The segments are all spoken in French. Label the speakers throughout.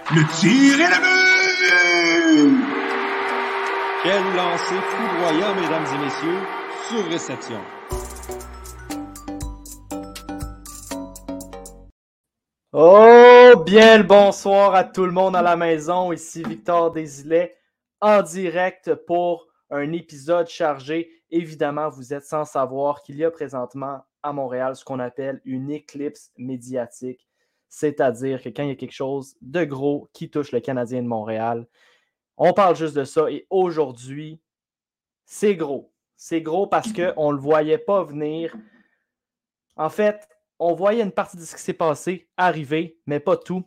Speaker 1: Le tir est le but!
Speaker 2: Quel lancer foudroyant, mesdames et messieurs, sur réception.
Speaker 3: Oh, bien le bonsoir à tout le monde à la maison. Ici Victor Desilets en direct pour un épisode chargé. Évidemment, vous êtes sans savoir qu'il y a présentement à Montréal ce qu'on appelle une éclipse médiatique. C'est-à-dire que quand il y a quelque chose de gros qui touche le Canadien de Montréal, on parle juste de ça. Et aujourd'hui, c'est gros. C'est gros parce qu'on ne le voyait pas venir. En fait, on voyait une partie de ce qui s'est passé arriver, mais pas tout.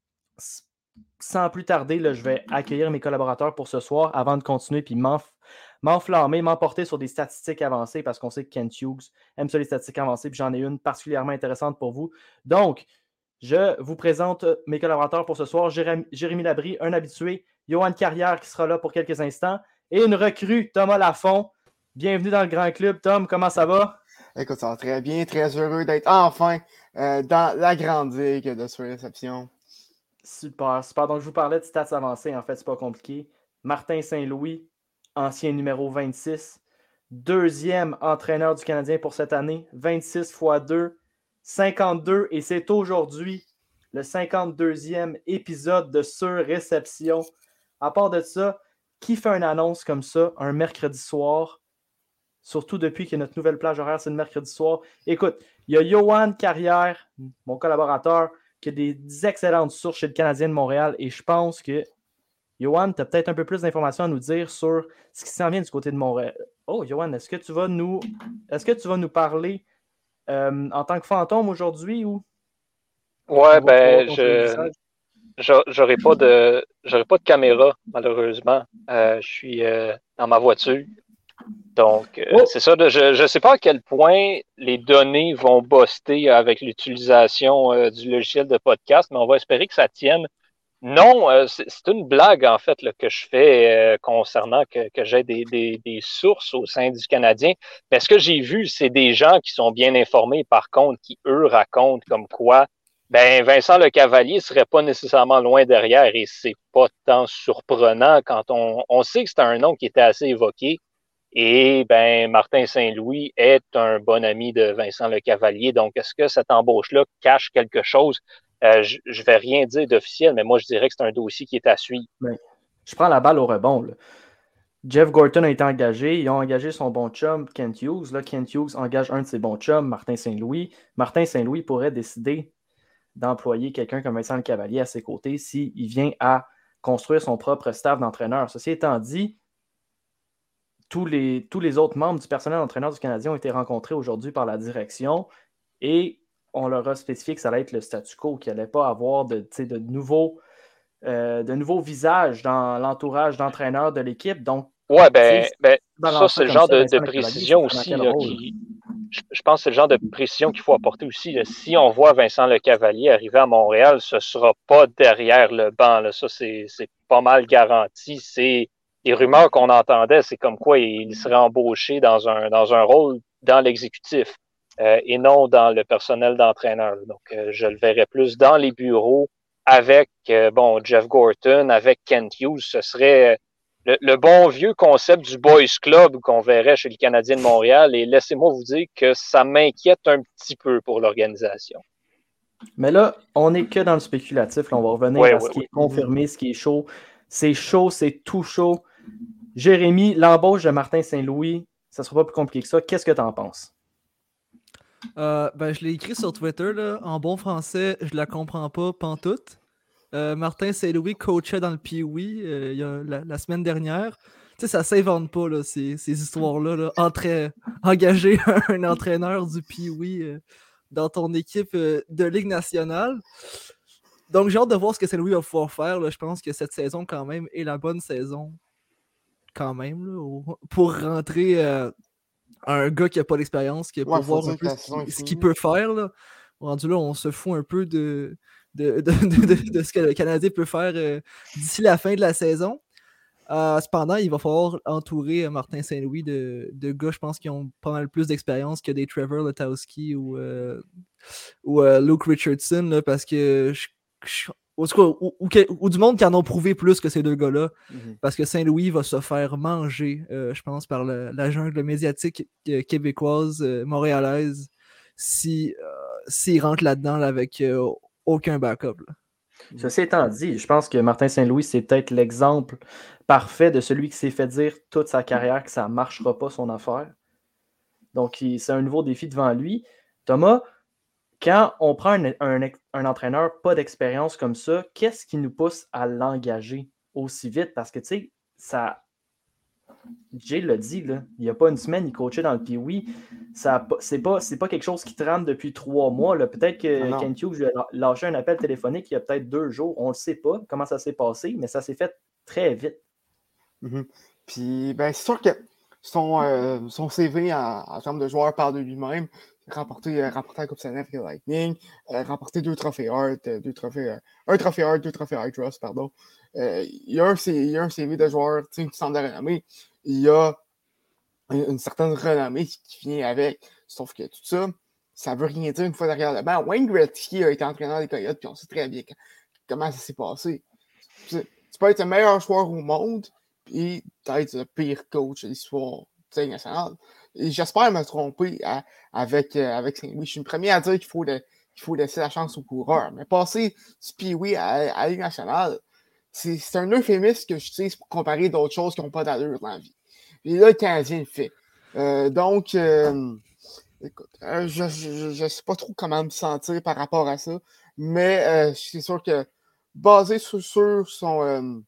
Speaker 3: Sans plus tarder, là, je vais accueillir mes collaborateurs pour ce soir avant de continuer puis m'enflammer, m'emporter sur des statistiques avancées parce qu'on sait que Kent Hughes aime ça les statistiques avancées puis j'en ai une particulièrement intéressante pour vous. Donc, je vous présente mes collaborateurs pour ce soir. Jérémy Labrie, un habitué, Yoann Carrière qui sera là pour quelques instants et une recrue, Thomas Lafont. Bienvenue dans le grand club. Tom, comment ça va?
Speaker 4: Écoute, ça va très bien, très heureux d'être enfin dans la grande ligue de Sur-Réception.
Speaker 3: Super, super. Donc, je vous parlais de stats avancées. En fait, c'est pas compliqué. Martin Saint-Louis, ancien numéro 26, deuxième entraîneur du Canadien pour cette année, 26 x 2, 52. Et c'est aujourd'hui le 52e épisode de Sur-Réception. À part de ça, qui fait une annonce comme ça un mercredi soir? Surtout depuis que notre nouvelle plage horaire, c'est le mercredi soir. Écoute, il y a Yoann Carrière, mon collaborateur, qui a des excellentes sources chez le Canadien de Montréal. Et je pense que, Yoann, tu as peut-être un peu plus d'informations à nous dire sur ce qui s'en vient du côté de Montréal. Oh, Yoann, est-ce que tu vas nous parler en tant que fantôme aujourd'hui ou?
Speaker 5: Ouais, ben, j'aurais pas de caméra, malheureusement. Je suis dans ma voiture. Donc, c'est ça. Je sais pas à quel point les données vont buster avec l'utilisation du logiciel de podcast, mais on va espérer que ça tienne. Non, c'est une blague, en fait, là, que je fais concernant que j'ai des sources au sein du Canadien. Mais ce que j'ai vu, c'est des gens qui sont bien informés, par contre, qui, eux, racontent comme quoi Vincent Lecavalier serait pas nécessairement loin derrière et c'est pas tant surprenant quand on sait que c'est un nom qui était assez évoqué. Et Martin Saint-Louis est un bon ami de Vincent Lecavalier. Donc, est-ce que cette embauche-là cache quelque chose? Je vais rien dire d'officiel, mais moi, je dirais que c'est un dossier qui est à suivre.
Speaker 3: Je prends la balle au rebond, là. Jeff Gorton a été engagé. Ils ont engagé son bon chum, Kent Hughes. Là, Kent Hughes engage un de ses bons chums, Martin Saint-Louis. Martin Saint-Louis pourrait décider d'employer quelqu'un comme Vincent Lecavalier à ses côtés s'il vient à construire son propre staff d'entraîneurs. Ceci étant dit, tous les autres membres du personnel d'entraîneur du Canadien ont été rencontrés aujourd'hui par la direction et on leur a spécifié que ça allait être le statu quo, qu'il n'allait pas avoir de nouveaux visages dans l'entourage d'entraîneurs de l'équipe. Donc,
Speaker 5: ça, c'est le genre de précision aussi là, je pense que c'est le genre de précision qu'il faut apporter aussi. Là. Si on voit Vincent Lecavalier arriver à Montréal, ce ne sera pas derrière le banc. Là. Ça, c'est pas mal garanti. C'est les rumeurs qu'on entendait, c'est comme quoi il serait embauché dans un rôle dans l'exécutif et non dans le personnel d'entraîneur. Donc, je le verrais plus dans les bureaux avec Jeff Gorton, avec Kent Hughes. Ce serait le bon vieux concept du Boys Club qu'on verrait chez le Canadien de Montréal. Et laissez-moi vous dire que ça m'inquiète un petit peu pour l'organisation.
Speaker 3: Mais là, on n'est que dans le spéculatif. Là, on va revenir à ce qui est confirmé, ce qui est chaud. C'est chaud, c'est tout chaud. Jérémy, l'embauche de Martin Saint-Louis, ça ne sera pas plus compliqué que ça. Qu'est-ce que tu en penses?
Speaker 6: Je l'ai écrit sur Twitter. Là. En bon français, je la comprends pas pantoute. Martin Saint-Louis coachait dans le Pee-Wee la semaine dernière. Tu sais, ça s'invente pas, là, ces histoires-là. Là. Engager un entraîneur du Pee-Wee dans ton équipe de Ligue nationale. Donc, j'ai hâte de voir ce que Saint-Louis va pouvoir faire. Là. Je pense que cette saison, quand même, est la bonne saison. Quand même, là, pour rentrer un gars qui n'a pas d'expérience, qui pour voir un peu ce qu'il peut faire. Là. Rendu là, on se fout un peu de ce que le Canadien peut faire d'ici la fin de la saison. Cependant, il va falloir entourer Martin Saint-Louis de gars, je pense, qui ont pas mal plus d'expérience que des Trevor Letowski ou Luke Richardson, là, parce que ou du monde qui en ont prouvé plus que ces deux gars-là.
Speaker 4: Mhm.
Speaker 6: Parce que Saint-Louis va se faire manger, je pense, par la jungle médiatique québécoise, montréalaise, s'il rentre là-dedans là, avec aucun backup. Là.
Speaker 3: Ceci étant dit, je pense que Martin Saint-Louis, c'est peut-être l'exemple parfait de celui qui s'est fait dire toute sa carrière que ça ne marchera pas son affaire. Donc, c'est un nouveau défi devant lui. Thomas, quand on prend un entraîneur pas d'expérience comme ça, qu'est-ce qui nous pousse à l'engager aussi vite? Parce que, tu sais, ça... Jay l'a dit, là, il n'y a pas une semaine, il coachait dans le Pee-Wee. C'est pas quelque chose qui trame depuis 3 mois. Là. Peut-être que Kent Hughes lui a lâché un appel téléphonique il y a peut-être 2 jours. On ne le sait pas comment ça s'est passé, mais ça s'est fait très vite.
Speaker 4: Mm-hmm. Puis, ben, c'est sûr que son CV en termes de joueur parle de lui-même. Remporter la Coupe Stanley avec le Lightning, remporter 2 trophées Hart, un trophée Hart, 2 trophées Hart Ross, pardon. Il y a un CV de joueur qui semble de renommée. Il y a une certaine renommée qui vient avec. Sauf que tout ça, ça veut rien dire une fois derrière le banc. Wayne Gretzky a été entraîneur des Coyotes, puis on sait très bien comment ça s'est passé. Tu peux être le meilleur joueur au monde, puis peut-être le pire coach de l'histoire nationale. Et j'espère me tromper avec Saint-Louis. Je suis le premier à dire qu'il faut laisser la chance aux coureurs. Mais passer du Pee-Wee à la Ligue nationale, c'est un euphémisme que j'utilise pour comparer d'autres choses qui n'ont pas d'allure dans la vie. Et là, le Canadien le fait. Donc, écoute, je ne sais pas trop comment me sentir par rapport à ça, mais c'est sûr que basé sur son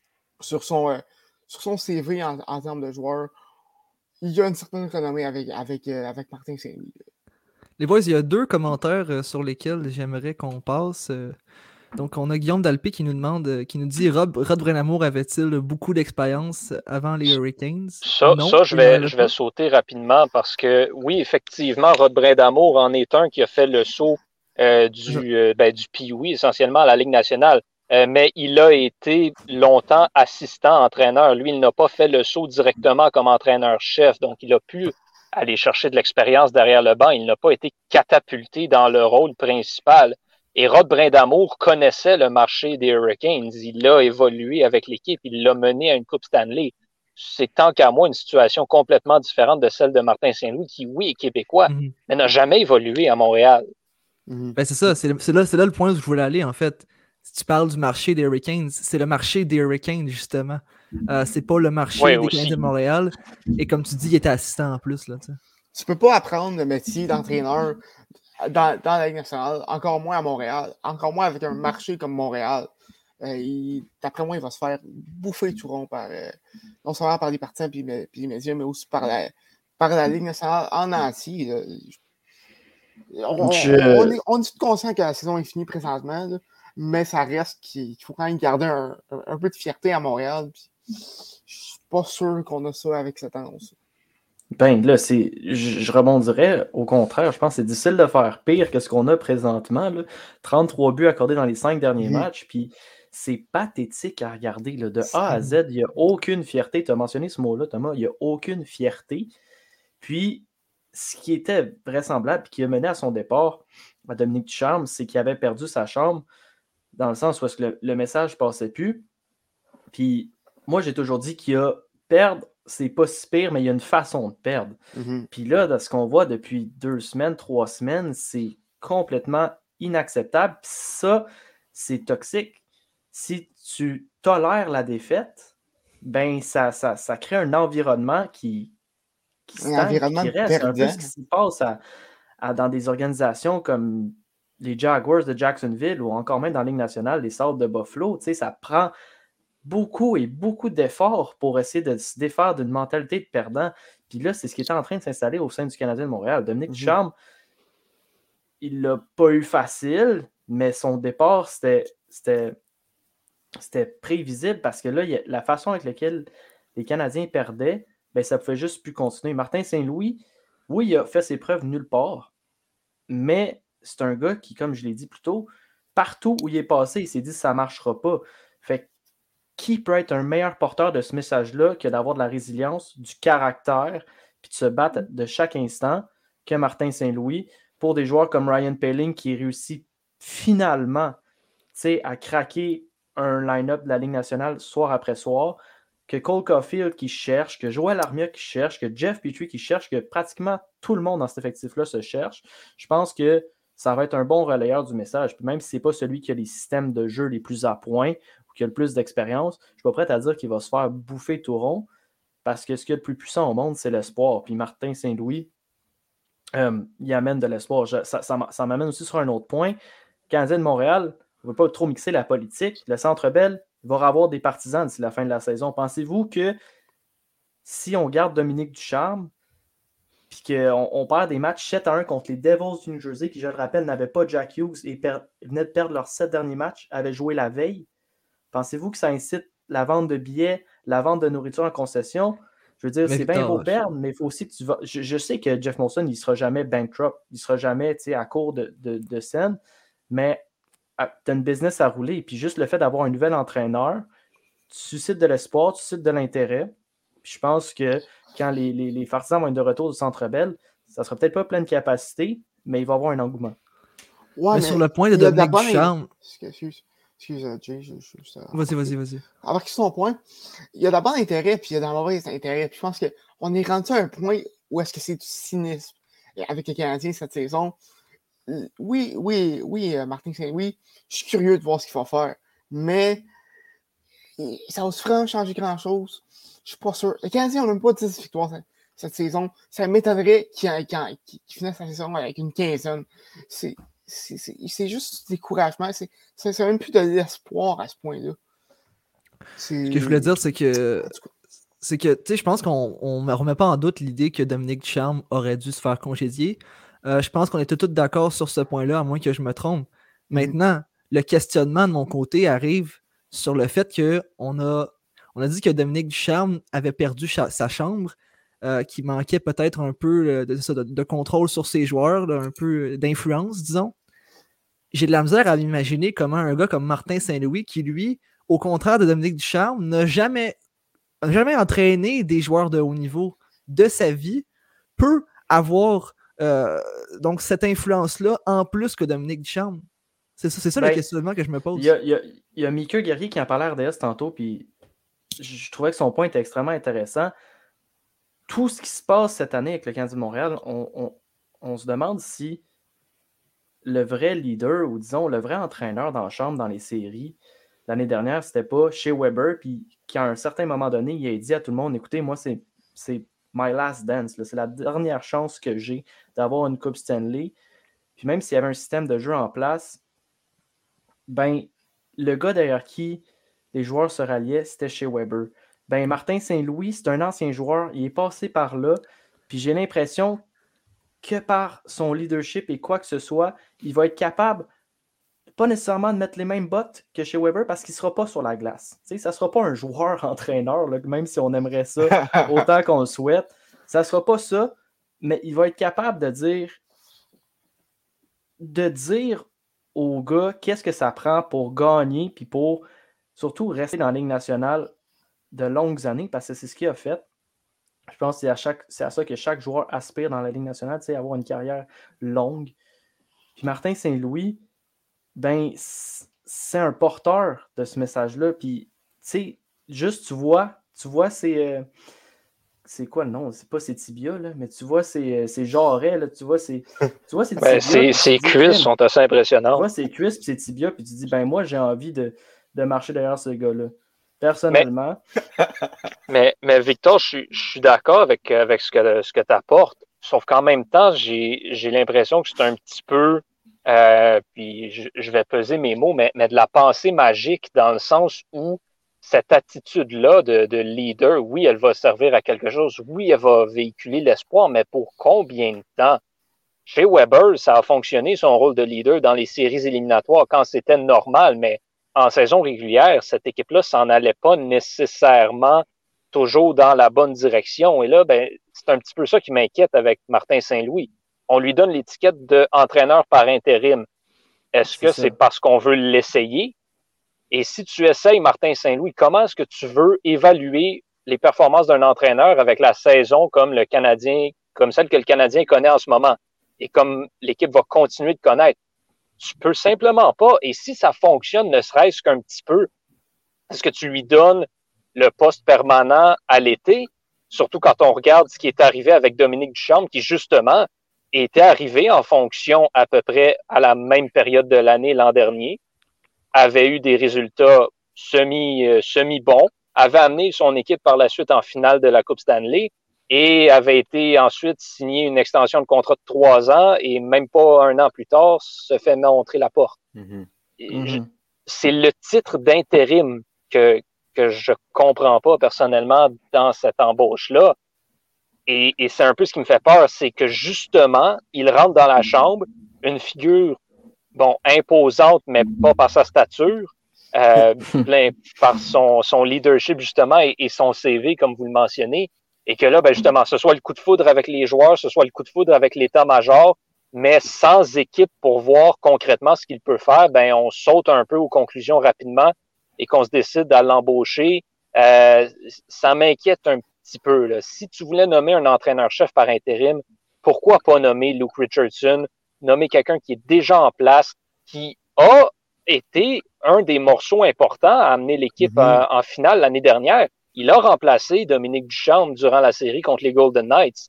Speaker 4: CV en termes de joueur, il y a une certaine renommée avec Martin Saint-Louis.
Speaker 6: Les boys, il y a 2 commentaires sur lesquels j'aimerais qu'on passe. Donc, on a Guillaume Dalpé qui nous demande, qui nous dit Rod Brennamour avait-il beaucoup d'expérience avant les Hurricanes?
Speaker 5: Non, je vais sauter rapidement parce que oui, effectivement, Rod Brennamour en est un qui a fait le saut du Pee-Wee essentiellement à la Ligue nationale. Mais il a été longtemps assistant-entraîneur. Lui, il n'a pas fait le saut directement comme entraîneur-chef. Donc, il a pu aller chercher de l'expérience derrière le banc. Il n'a pas été catapulté dans le rôle principal. Et Rod Brennamour connaissait le marché des Hurricanes. Il a évolué avec l'équipe. Il l'a mené à une Coupe Stanley. C'est tant qu'à moi une situation complètement différente de celle de Martin Saint-Louis, qui, oui, est québécois, mais n'a jamais évolué à Montréal.
Speaker 6: Ben, c'est ça. C'est là le point où je voulais aller, en fait. Si tu parles du marché des Hurricanes, c'est le marché des Hurricanes, justement. C'est pas le marché des Canadiens de Montréal. Et comme tu dis, il était assistant en plus. Là,
Speaker 4: tu peux pas apprendre le métier d'entraîneur dans la Ligue nationale, encore moins à Montréal, encore moins avec un marché comme Montréal. D'après moi, il va se faire bouffer tout rond non seulement par les partisans et les médias, mais aussi par la Ligue nationale en entier. On est tout conscient que la saison est finie présentement, là, mais ça reste qu'il faut quand même garder un peu de fierté à Montréal. Je suis pas sûr qu'on a ça avec cette annonce.
Speaker 3: Ben là, je rebondirais au contraire. Je pense que c'est difficile de faire pire que ce qu'on a présentement. Là. 33 buts accordés dans les 5 derniers matchs, puis c'est pathétique à regarder. Là. De A à Z, il n'y a aucune fierté. Tu as mentionné ce mot-là, Thomas. Il n'y a aucune fierté. Puis, ce qui était vraisemblable et qui a mené à son départ à Dominique Ducharme, c'est qu'il avait perdu sa chambre dans le sens où le message ne passait plus. Puis, moi, j'ai toujours dit qu'il y a perdre, c'est pas si pire, mais il y a une façon de perdre. Puis là, dans ce qu'on voit depuis 2 semaines, 3 semaines, c'est complètement inacceptable. Puis ça, c'est toxique. Si tu tolères la défaite, ben ça crée un environnement qui reste un peu ce qui se passe dans des organisations comme les Jaguars de Jacksonville ou encore même dans la Ligue nationale, les Sables de Buffalo. Tu sais, ça prend beaucoup d'efforts pour essayer de se défaire d'une mentalité de perdant. Puis là, c'est ce qui est en train de s'installer au sein du Canadien de Montréal. Dominique Ducharme, il l'a pas eu facile, mais son départ, c'était prévisible parce que là, la façon avec laquelle les Canadiens perdaient, ben, ça ne pouvait juste plus continuer. Martin Saint-Louis, oui, il a fait ses preuves nulle part, mais c'est un gars qui, comme je l'ai dit plus tôt, partout où il est passé, il s'est dit ça ne marchera pas. Fait que qui peut être un meilleur porteur de ce message-là que d'avoir de la résilience, du caractère, puis de se battre de chaque instant que Martin Saint-Louis pour des joueurs comme Ryan Poehling qui réussit finalement à craquer un line-up de la Ligue nationale soir après soir, que Cole Caulfield qui cherche, que Joel Armia qui cherche, que Jeff Petrie qui cherche, que pratiquement tout le monde dans cet effectif-là se cherche. Je pense que ça va être un bon relayeur du message. Puis même si ce n'est pas celui qui a les systèmes de jeu les plus à point ou qui a le plus d'expérience, je ne suis pas prêt à dire qu'il va se faire bouffer tout rond parce que ce qu'il y a de plus puissant au monde, c'est l'espoir. Puis Martin Saint-Louis, il amène de l'espoir. Ça m'amène aussi sur un autre point. Canadien de Montréal, on ne veut pas trop mixer la politique. Le Centre Bell va avoir des partisans d'ici la fin de la saison. Pensez-vous que si on garde Dominique Ducharme puis qu'on perd des matchs 7-1 contre les Devils du New Jersey, qui, je le rappelle, n'avaient pas Jack Hughes et venaient de perdre leurs 7 derniers matchs, avaient joué la veille, pensez-vous que ça incite la vente de billets, la vente de nourriture en concession? Je veux dire, c'est bien beau perdre, mais il faut aussi que tu vas... Je sais que Jeff Molson, il ne sera jamais bankrupt, il ne sera jamais à court de scène, mais tu as une business à rouler. Puis juste le fait d'avoir un nouvel entraîneur, tu suscites de l'espoir, tu suscites de l'intérêt. Puis je pense que quand les partisans vont être de retour du Centre Bell, ça ne sera peut-être pas pleine capacité, mais il va y avoir un engouement.
Speaker 6: Ouais, mais sur le point de Dominique Ducharme...
Speaker 4: Excuse, Jay,
Speaker 6: Vas-y.
Speaker 4: Alors son point, il y a d'abord l'intérêt, puis il y a de mauvais intérêt. Puis je pense qu'on est rendu à un point où est-ce que c'est du cynisme avec les Canadiens cette saison. Oui, Martin Saint-Louis, je suis curieux de voir ce qu'il va faire, mais ça va vraiment changer grand-chose. Je suis pas sûr. Les Canadiens n'ont même pas 10 victoires cette saison. Ça m'étonnerait qu'ils finissent la saison avec une quinzaine. C'est juste du découragement. C'est même plus de l'espoir à ce point-là.
Speaker 6: Ce que je voulais dire, c'est que tu sais, je pense qu'on ne remet pas en doute l'idée que Dominique Ducharme aurait dû se faire congédier. Je pense qu'on était tous d'accord sur ce point-là, à moins que je me trompe. Maintenant, le questionnement de mon côté arrive sur le fait qu'on a dit que Dominique Ducharme avait perdu sa chambre, qu'il manquait peut-être un peu de contrôle sur ses joueurs, là, un peu d'influence, disons. J'ai de la misère à m'imaginer comment un gars comme Martin Saint-Louis, qui lui, au contraire de Dominique Ducharme, n'a jamais entraîné des joueurs de haut niveau de sa vie, peut avoir donc cette influence-là en plus que Dominique Ducharme. C'est ça le questionnement que je me pose.
Speaker 3: Il y a Mika Guerrier qui en parlait à RDS tantôt, puis je trouvais que son point était extrêmement intéressant. Tout ce qui se passe cette année avec le Canadien de Montréal, on se demande si le vrai leader, ou disons le vrai entraîneur dans la chambre dans les séries, l'année dernière, c'était pas Shea Weber, puis qu'à un certain moment donné, il a dit à tout le monde, écoutez, moi, c'est my last dance, là. C'est la dernière chance que j'ai d'avoir une Coupe Stanley. Puis même s'il y avait un système de jeu en place, ben, le gars derrière qui les joueurs se ralliaient, c'était Shea Weber. Ben, Martin Saint-Louis, c'est un ancien joueur, il est passé par là, puis j'ai l'impression que par son leadership et quoi que ce soit, il va être capable, pas nécessairement de mettre les mêmes bottes que chez Weber parce qu'il ne sera pas sur la glace. T'sais, ça ne sera pas un joueur-entraîneur, là, même si on aimerait ça autant qu'on le souhaite. Ça ne sera pas ça, mais il va être capable de dire aux gars qu'est-ce que ça prend pour gagner puis pour surtout rester dans la Ligue nationale de longues années parce que c'est ce qu'il a fait. Je pense que c'est à ça que chaque joueur aspire dans la Ligue nationale, avoir une carrière longue. Puis Martin Saint-Louis, ben, c'est un porteur de ce message-là. Puis, tu sais, juste tu vois, c'est quoi le nom? C'est pas ses tibias, là, mais tu vois ses jarrets, là, tu vois ses tibias.
Speaker 5: Ses cuisses sont assez impressionnantes.
Speaker 3: Tu vois ses cuisses et ses tibias, puis tu dis, ben moi, j'ai envie de marcher derrière ce gars-là. Personnellement.
Speaker 5: Mais Victor, je suis d'accord avec ce que tu apportes, sauf qu'en même temps, j'ai l'impression que c'est un petit peu, puis je vais peser mes mots, mais de la pensée magique dans le sens où cette attitude-là de leader, oui, elle va servir à quelque chose, oui, elle va véhiculer l'espoir, mais pour combien de temps? Chez Weber, ça a fonctionné, son rôle de leader dans les séries éliminatoires quand c'était normal, mais en saison régulière, cette équipe-là s'en allait pas nécessairement toujours dans la bonne direction. Et là, ben, c'est un petit peu ça qui m'inquiète avec Martin Saint-Louis. On lui donne l'étiquette d'entraîneur par intérim. Est-ce que c'est parce qu'on veut l'essayer? Et si tu essayes Martin Saint-Louis, comment est-ce que tu veux évaluer les performances d'un entraîneur avec la saison comme celle que le Canadien connaît en ce moment et comme l'équipe va continuer de connaître? Tu peux simplement pas. Et si ça fonctionne, ne serait-ce qu'un petit peu, est-ce que tu lui donnes le poste permanent à l'été? Surtout quand on regarde ce qui est arrivé avec Dominique Ducharme, qui justement était arrivé en fonction à peu près à la même période de l'année l'an dernier, avait eu des résultats semi-bons, avait amené son équipe par la suite en finale de la Coupe Stanley et avait été ensuite signé une extension de contrat de 3 ans et même pas un an plus tard, se fait montrer la porte. C'est le titre d'intérim que je comprends pas personnellement dans cette embauche-là. Et c'est un peu ce qui me fait peur, c'est que justement, il rentre dans la chambre, une figure, imposante, mais pas par sa stature, par son leadership justement et son CV, comme vous le mentionnez, et que là, justement, ce soit le coup de foudre avec les joueurs, ce soit le coup de foudre avec l'état-major, mais sans équipe pour voir concrètement ce qu'il peut faire, on saute un peu aux conclusions rapidement et qu'on se décide à l'embaucher. Ça m'inquiète un petit peu, là. Si tu voulais nommer un entraîneur-chef par intérim, pourquoi pas nommer Luke Richardson, nommer quelqu'un qui est déjà en place, qui a été un des morceaux importants à amener l'équipe en finale l'année dernière. Il a remplacé Dominique Ducharme durant la série contre les Golden Knights.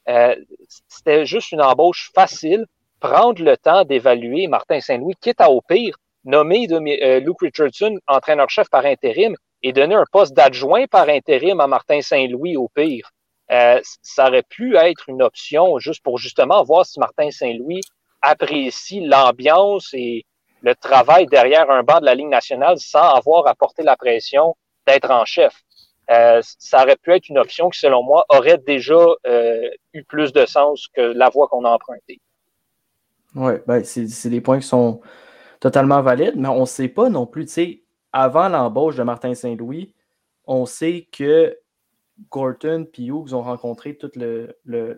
Speaker 5: C'était juste une embauche facile, prendre le temps d'évaluer Martin Saint-Louis, quitte à au pire, nommer Luke Richardson entraîneur-chef par intérim et donner un poste d'adjoint par intérim à Martin Saint-Louis au pire. Ça aurait pu être une option juste pour justement voir si Martin Saint-Louis apprécie l'ambiance et le travail derrière un banc de la Ligue nationale sans avoir à porter la pression d'être en chef. Ça aurait pu être une option qui, selon moi, aurait déjà eu plus de sens que la voie qu'on a empruntée.
Speaker 3: Oui, c'est des points qui sont totalement valides, mais on ne sait pas non plus, tu sais, avant l'embauche de Martin Saint-Louis, on sait que Gorton et Hughes ont rencontré tout le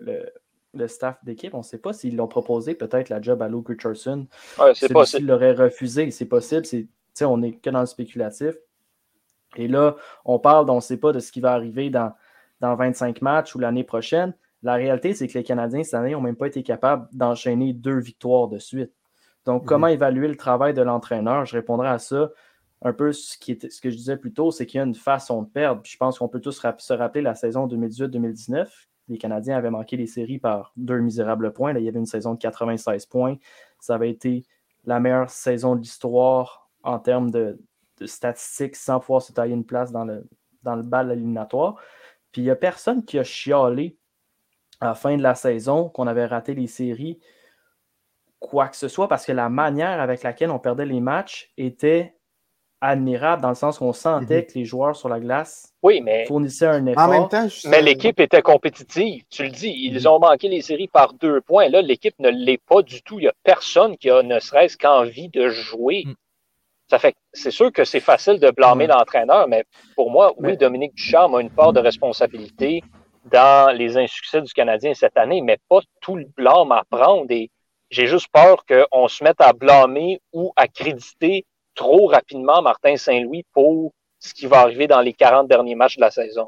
Speaker 3: staff d'équipe. On ne sait pas s'ils l'ont proposé peut-être la job à Luke Richardson.
Speaker 5: Ouais, c'est possible.
Speaker 3: S'il l'aurait refusé, c'est possible. On n'est que dans le spéculatif. Et là, on parle, on ne sait pas de ce qui va arriver dans 25 matchs ou l'année prochaine. La réalité, c'est que les Canadiens, cette année, n'ont même pas été capables d'enchaîner 2 victoires de suite. Donc, comment évaluer le travail de l'entraîneur? Je répondrai à ça. Un peu ce que je disais plus tôt, c'est qu'il y a une façon de perdre. Puis je pense qu'on peut tous se rappeler la saison 2018-2019. Les Canadiens avaient manqué les séries par 2 misérables points. Là, il y avait une saison de 96 points. Ça avait été la meilleure saison de l'histoire en termes de statistiques sans pouvoir se tailler une place dans le bal éliminatoire. Puis il n'y a personne qui a chialé à la fin de la saison qu'on avait raté les séries, quoi que ce soit, parce que la manière avec laquelle on perdait les matchs admirable dans le sens qu'on sentait que les joueurs sur la glace fournissaient un effort.
Speaker 4: En même temps,
Speaker 5: mais l'équipe était compétitive. Tu le dis, ils ont manqué les séries par 2 points. Là, l'équipe ne l'est pas du tout. Il n'y a personne qui a ne serait-ce qu'envie de jouer. Ça fait, c'est sûr que c'est facile de blâmer l'entraîneur, mais pour moi, oui, Dominique Ducharme a une part de responsabilité dans les insuccès du Canadien cette année, mais pas tout le blâme à prendre. Et j'ai juste peur qu'on se mette à blâmer ou à créditer trop rapidement Martin Saint-Louis pour ce qui va arriver dans les 40 derniers matchs de la saison.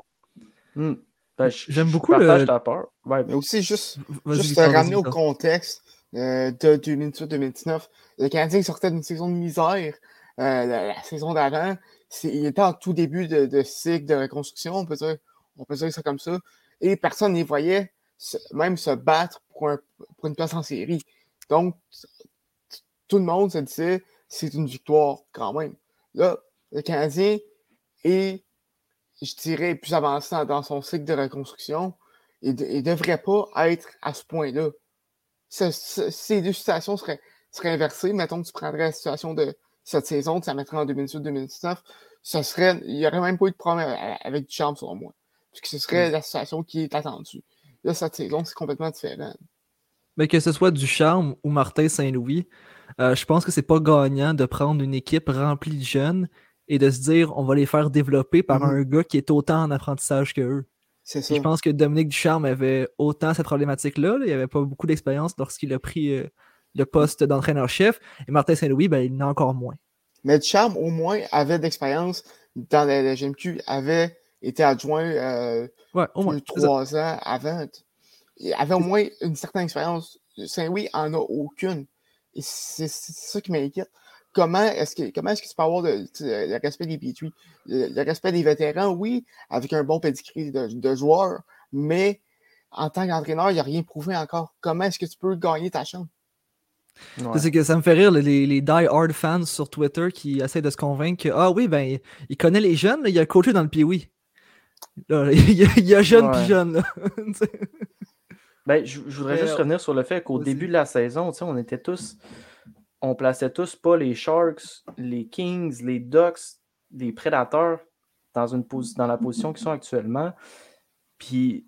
Speaker 6: J'aime beaucoup
Speaker 3: ta peur.
Speaker 4: Ouais, mais aussi, juste ramener au contexte de 2018-2019, le Canadien sortait d'une saison de misère. La saison d'avant, il était en tout début de cycle de reconstruction, on peut dire ça comme ça. Et personne n'y voyait même se battre pour une place en série. Donc, tout le monde se disait c'est une victoire quand même. Là, le Canadien est, je dirais, plus avancé dans son cycle de reconstruction et ne devrait pas être à ce point-là. Ces deux situations seraient inversées. Mettons que tu prendrais la situation de cette saison, tu la mettrais en 2018-2019, il n'y aurait même pas eu de problème avec Ducharme, selon moi. Puisque ce serait la situation qui est attendue. Là, cette saison, c'est complètement différent.
Speaker 6: Mais que ce soit Ducharme ou Martin Saint-Louis, je pense que c'est pas gagnant de prendre une équipe remplie de jeunes et de se dire on va les faire développer par un gars qui est autant en apprentissage qu'eux.
Speaker 4: C'est ça.
Speaker 6: Je pense que Dominique Ducharme avait autant cette problématique-là. Il n'avait pas beaucoup d'expérience lorsqu'il a pris le poste d'entraîneur-chef. Et Martin Saint-Louis, il en a encore moins.
Speaker 4: Mais Ducharme, au moins, avait d'expérience dans la GMQ, avait été adjoint
Speaker 6: au moins
Speaker 4: 3 ans avant. Il avait au moins une certaine expérience. Saint-Louis en a aucune. Et c'est ça qui m'inquiète. Comment est-ce que tu peux avoir le respect des P3, le respect des vétérans, oui, avec un bon pedigree de joueurs, mais en tant qu'entraîneur, il n'y a rien prouvé encore. Comment est-ce que tu peux gagner ta chance?
Speaker 6: Ouais. C'est que ça me fait rire, les die-hard fans sur Twitter qui essaient de se convaincre que, ah oui, ben, il connaît les jeunes, là, il a coaché dans le Pee-Wee. Il y a jeune puis jeune. Là.
Speaker 3: Ben, je voudrais juste revenir sur le fait qu'au début de la saison, on plaçait tous pas les Sharks, les Kings, les Ducks, les Predators dans la position qu'ils sont actuellement. Puis,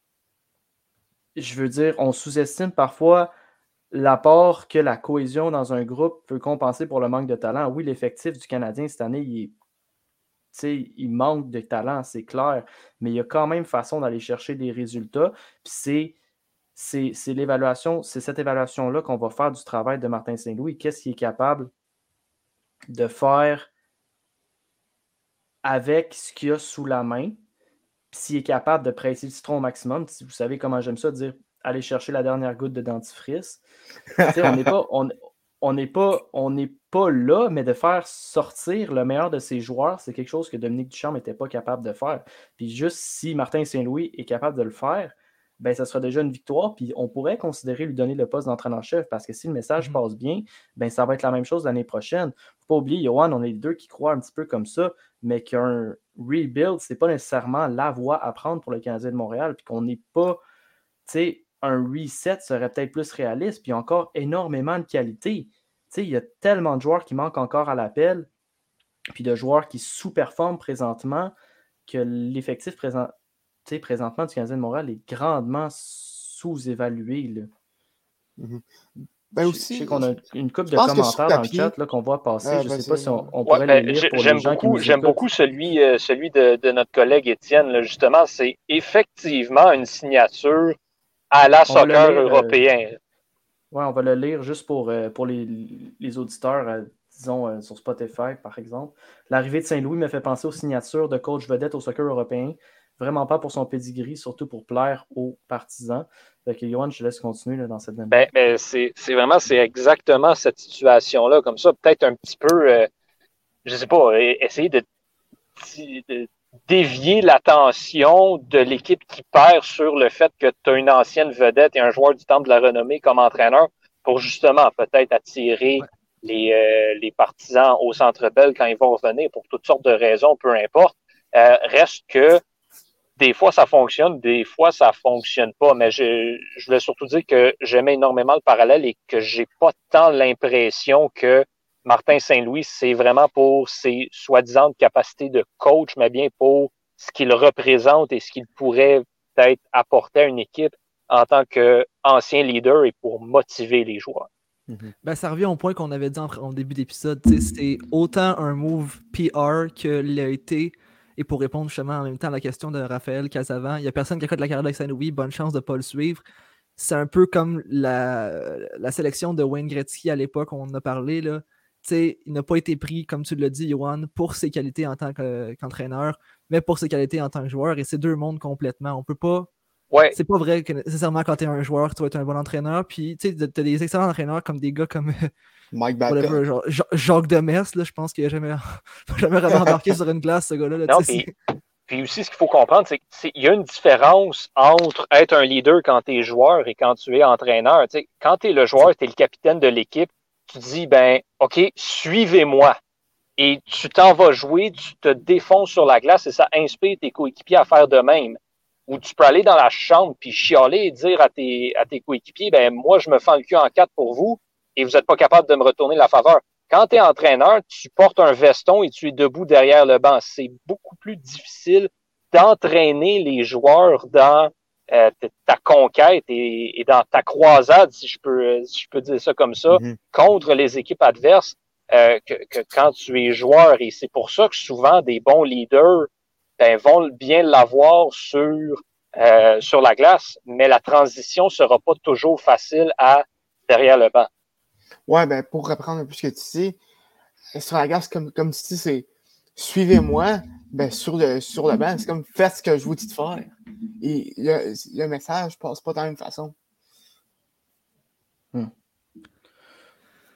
Speaker 3: je veux dire, on sous-estime parfois l'apport que la cohésion dans un groupe peut compenser pour le manque de talent. Oui, l'effectif du Canadien cette année, il manque de talent, c'est clair, mais il y a quand même façon d'aller chercher des résultats. Puis c'est cette évaluation-là qu'on va faire du travail de Martin Saint-Louis. Qu'est-ce qu'il est capable de faire avec ce qu'il a sous la main, puis s'il est capable de presser le citron au maximum. Si vous savez comment j'aime ça, dire aller chercher la dernière goutte de dentifrice. On n'est pas là, mais de faire sortir le meilleur de ses joueurs, c'est quelque chose que Dominique Ducharme n'était pas capable de faire. Puis juste si Martin Saint-Louis est capable de le faire, ben ça sera déjà une victoire, puis on pourrait considérer lui donner le poste d'entraîneur-chef, parce que si le message passe bien, ben ça va être la même chose l'année prochaine. Il ne faut pas oublier, Johan, on est les deux qui croient un petit peu comme ça, mais qu'un rebuild, ce n'est pas nécessairement la voie à prendre pour le Canadien de Montréal, puis qu'on n'est pas, tu sais, un reset serait peut-être plus réaliste, puis il y a encore énormément de qualité. Il y a tellement de joueurs qui manquent encore à l'appel, puis de joueurs qui sous-performent présentement, que l'effectif présentement du Canadien de Montréal est grandement sous-évalué. Là.
Speaker 4: Mm-hmm.
Speaker 3: Je sais qu'on a une couple de commentaires dans le chat là, qu'on voit passer. Je ne sais pas si on pourrait les lire pour les gens qui nous écoutent.
Speaker 5: J'aime beaucoup celui de notre collègue Étienne. Là, justement, c'est effectivement une signature à la soccer européen.
Speaker 3: Oui, on va le lire juste pour les auditeurs, disons, sur Spotify, par exemple. L'arrivée de Saint-Louis me fait penser aux signatures de coach vedette au soccer européen. Vraiment pas pour son pedigree, surtout pour plaire aux partisans. Fait que, Johan, je te laisse continuer là, dans cette même.
Speaker 5: C'est exactement cette situation-là. Comme ça, peut-être un petit peu, je sais pas, essayer de dévier l'attention de l'équipe qui perd sur le fait que tu as une ancienne vedette et un joueur du temple de la renommée comme entraîneur pour justement peut-être attirer les partisans au Centre Bell quand ils vont revenir pour toutes sortes de raisons, peu importe. Reste que des fois ça fonctionne, des fois ça fonctionne pas, mais je voulais surtout dire que j'aimais énormément le parallèle et que j'ai pas tant l'impression que Martin Saint-Louis, c'est vraiment pour ses soi-disant capacités de coach, mais bien pour ce qu'il représente et ce qu'il pourrait peut-être apporter à une équipe en tant qu'ancien leader et pour motiver les joueurs.
Speaker 6: Mm-hmm. Ben, ça revient au point qu'on avait dit en début d'épisode. C'est autant un move PR que l'a été. Et pour répondre justement en même temps à la question de Raphaël Casavant, il n'y a personne qui a fait de la carrière avec Saint-Louis, bonne chance de ne pas le suivre. C'est un peu comme la sélection de Wayne Gretzky à l'époque, on en a parlé. Là. Il n'a pas été pris, comme tu l'as dit, Johan, pour ses qualités en tant qu'entraîneur, mais pour ses qualités en tant que joueur. Et c'est deux mondes complètement. On peut pas. Ouais. C'est pas vrai que nécessairement quand tu es un joueur, tu vas être un bon entraîneur. Puis tu as des excellents entraîneurs comme des gars comme
Speaker 4: Mike Babcock.
Speaker 6: Jacques Demers, là, je pense qu'il n'a jamais vraiment embarqué sur une glace, ce gars-là. Là,
Speaker 5: non, puis aussi, ce qu'il faut comprendre, c'est qu'il y a une différence entre être un leader quand tu es joueur et quand tu es entraîneur. T'sais, quand tu es le joueur, tu es le capitaine de l'équipe, tu dis, OK, suivez-moi. Et tu t'en vas jouer, tu te défonces sur la glace et ça inspire tes coéquipiers à faire de même. Ou tu peux aller dans la chambre puis chialer et dire à tes coéquipiers, moi, je me fends le cul en 4 pour vous et vous n'êtes pas capable de me retourner la faveur. Quand tu es entraîneur, tu portes un veston et tu es debout derrière le banc. C'est beaucoup plus difficile d'entraîner les joueurs dans ta conquête et dans ta croisade, si je peux dire ça comme ça, contre les équipes adverses que quand tu es joueur. Et c'est pour ça que souvent des bons leaders vont bien l'avoir sur la glace, mais la transition sera pas toujours facile derrière le banc.
Speaker 4: Ouais, pour reprendre un peu ce que tu dis, sur la glace, comme tu dis, c'est suivez-moi, sur le banc, c'est comme faites ce que je vous dis de faire. Et le message passe pas de la même façon.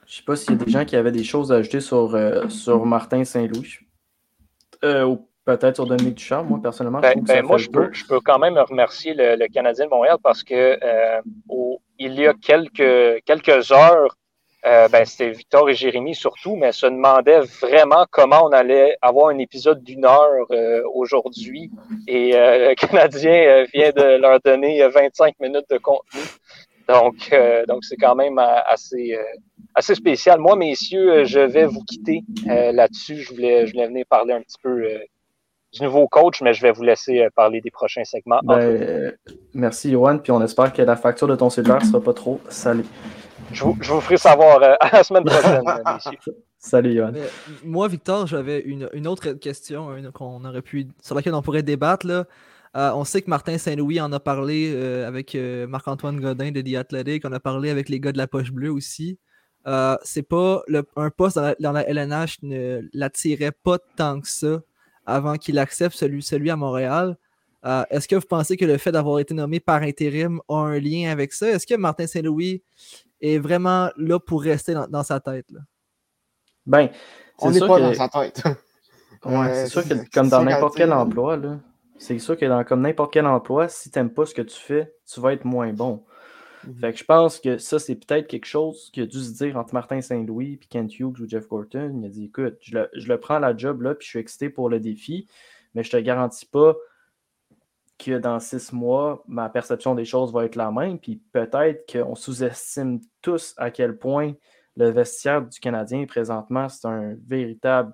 Speaker 3: Je sais pas s'il y a des gens qui avaient des choses à ajouter sur Martin Saint-Louis. Ou peut-être sur Dominique Ducharme. Moi, personnellement, je trouve que ça
Speaker 5: moi,
Speaker 3: fait le tour.
Speaker 5: je peux quand même remercier le Canadien de Montréal parce que il y a quelques heures, c'était Victor et Jérémy surtout, mais se demandaient vraiment comment on allait avoir un épisode d'1 heure aujourd'hui. Et le Canadien vient de leur donner 25 minutes de contenu. Donc c'est quand même assez spécial. Moi, messieurs, je vais vous quitter là-dessus. Je voulais venir parler un petit peu du nouveau coach, mais je vais vous laisser parler des prochains segments.
Speaker 3: Merci, Yoann, puis on espère que la facture de ton cellulaire ne sera pas trop salée.
Speaker 5: Je vous ferai savoir à la semaine prochaine, messieurs.
Speaker 3: Salut, Yoann.
Speaker 6: Moi, Victor, j'avais une autre question sur laquelle on pourrait débattre. Là. On sait que Martin Saint-Louis en a parlé avec Marc-Antoine Godin de The Athletic. On a parlé avec les gars de la Poche Bleue aussi. C'est pas un poste dans la LNH ne l'attirait pas tant que ça avant qu'il accepte celui à Montréal. Est-ce que vous pensez que le fait d'avoir été nommé par intérim a un lien avec ça? Est-ce que Martin Saint-Louis est vraiment là pour rester dans sa tête? Là?
Speaker 3: Ben,
Speaker 4: on n'est pas dans sa tête.
Speaker 3: C'est sûr que comme dans n'importe quel emploi, là, c'est sûr que comme n'importe quel emploi, si tu n'aimes pas ce que tu fais, tu vas être moins bon. Fait que je pense que ça, c'est peut-être quelque chose qui a dû se dire entre Martin Saint-Louis et Kent Hughes ou Jeff Gorton. Il a dit, écoute, je le prends la job là, puis je suis excité pour le défi, mais je te garantis pas que dans 6 mois, ma perception des choses va être la même. Puis peut-être qu'on sous-estime tous à quel point le vestiaire du Canadien, présentement, c'est un véritable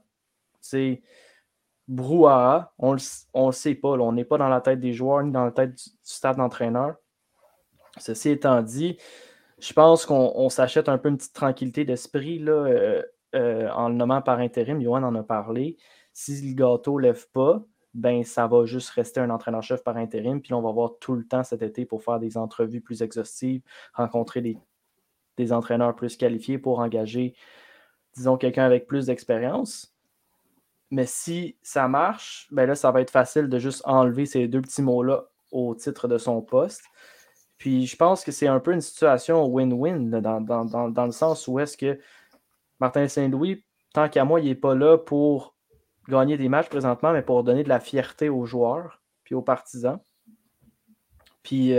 Speaker 3: brouhaha. On le sait pas. Là. On n'est pas dans la tête des joueurs ni dans la tête du staff d'entraîneur. Ceci étant dit, je pense qu'on s'achète un peu une petite tranquillité d'esprit là, en le nommant par intérim. Yoann en a parlé. Si le gâteau ne lève pas, ben ça va juste rester un entraîneur-chef par intérim. Puis là, on va avoir tout le temps cet été pour faire des entrevues plus exhaustives, rencontrer des entraîneurs plus qualifiés pour engager, disons, quelqu'un avec plus d'expérience. Mais si ça marche, ben là, ça va être facile de juste enlever ces 2 petits mots-là au titre de son poste. Puis je pense que c'est un peu une situation win-win là, dans le sens où est-ce que Martin Saint-Louis, tant qu'à moi, il n'est pas là pour gagner des matchs présentement, mais pour donner de la fierté aux joueurs puis aux partisans. Puis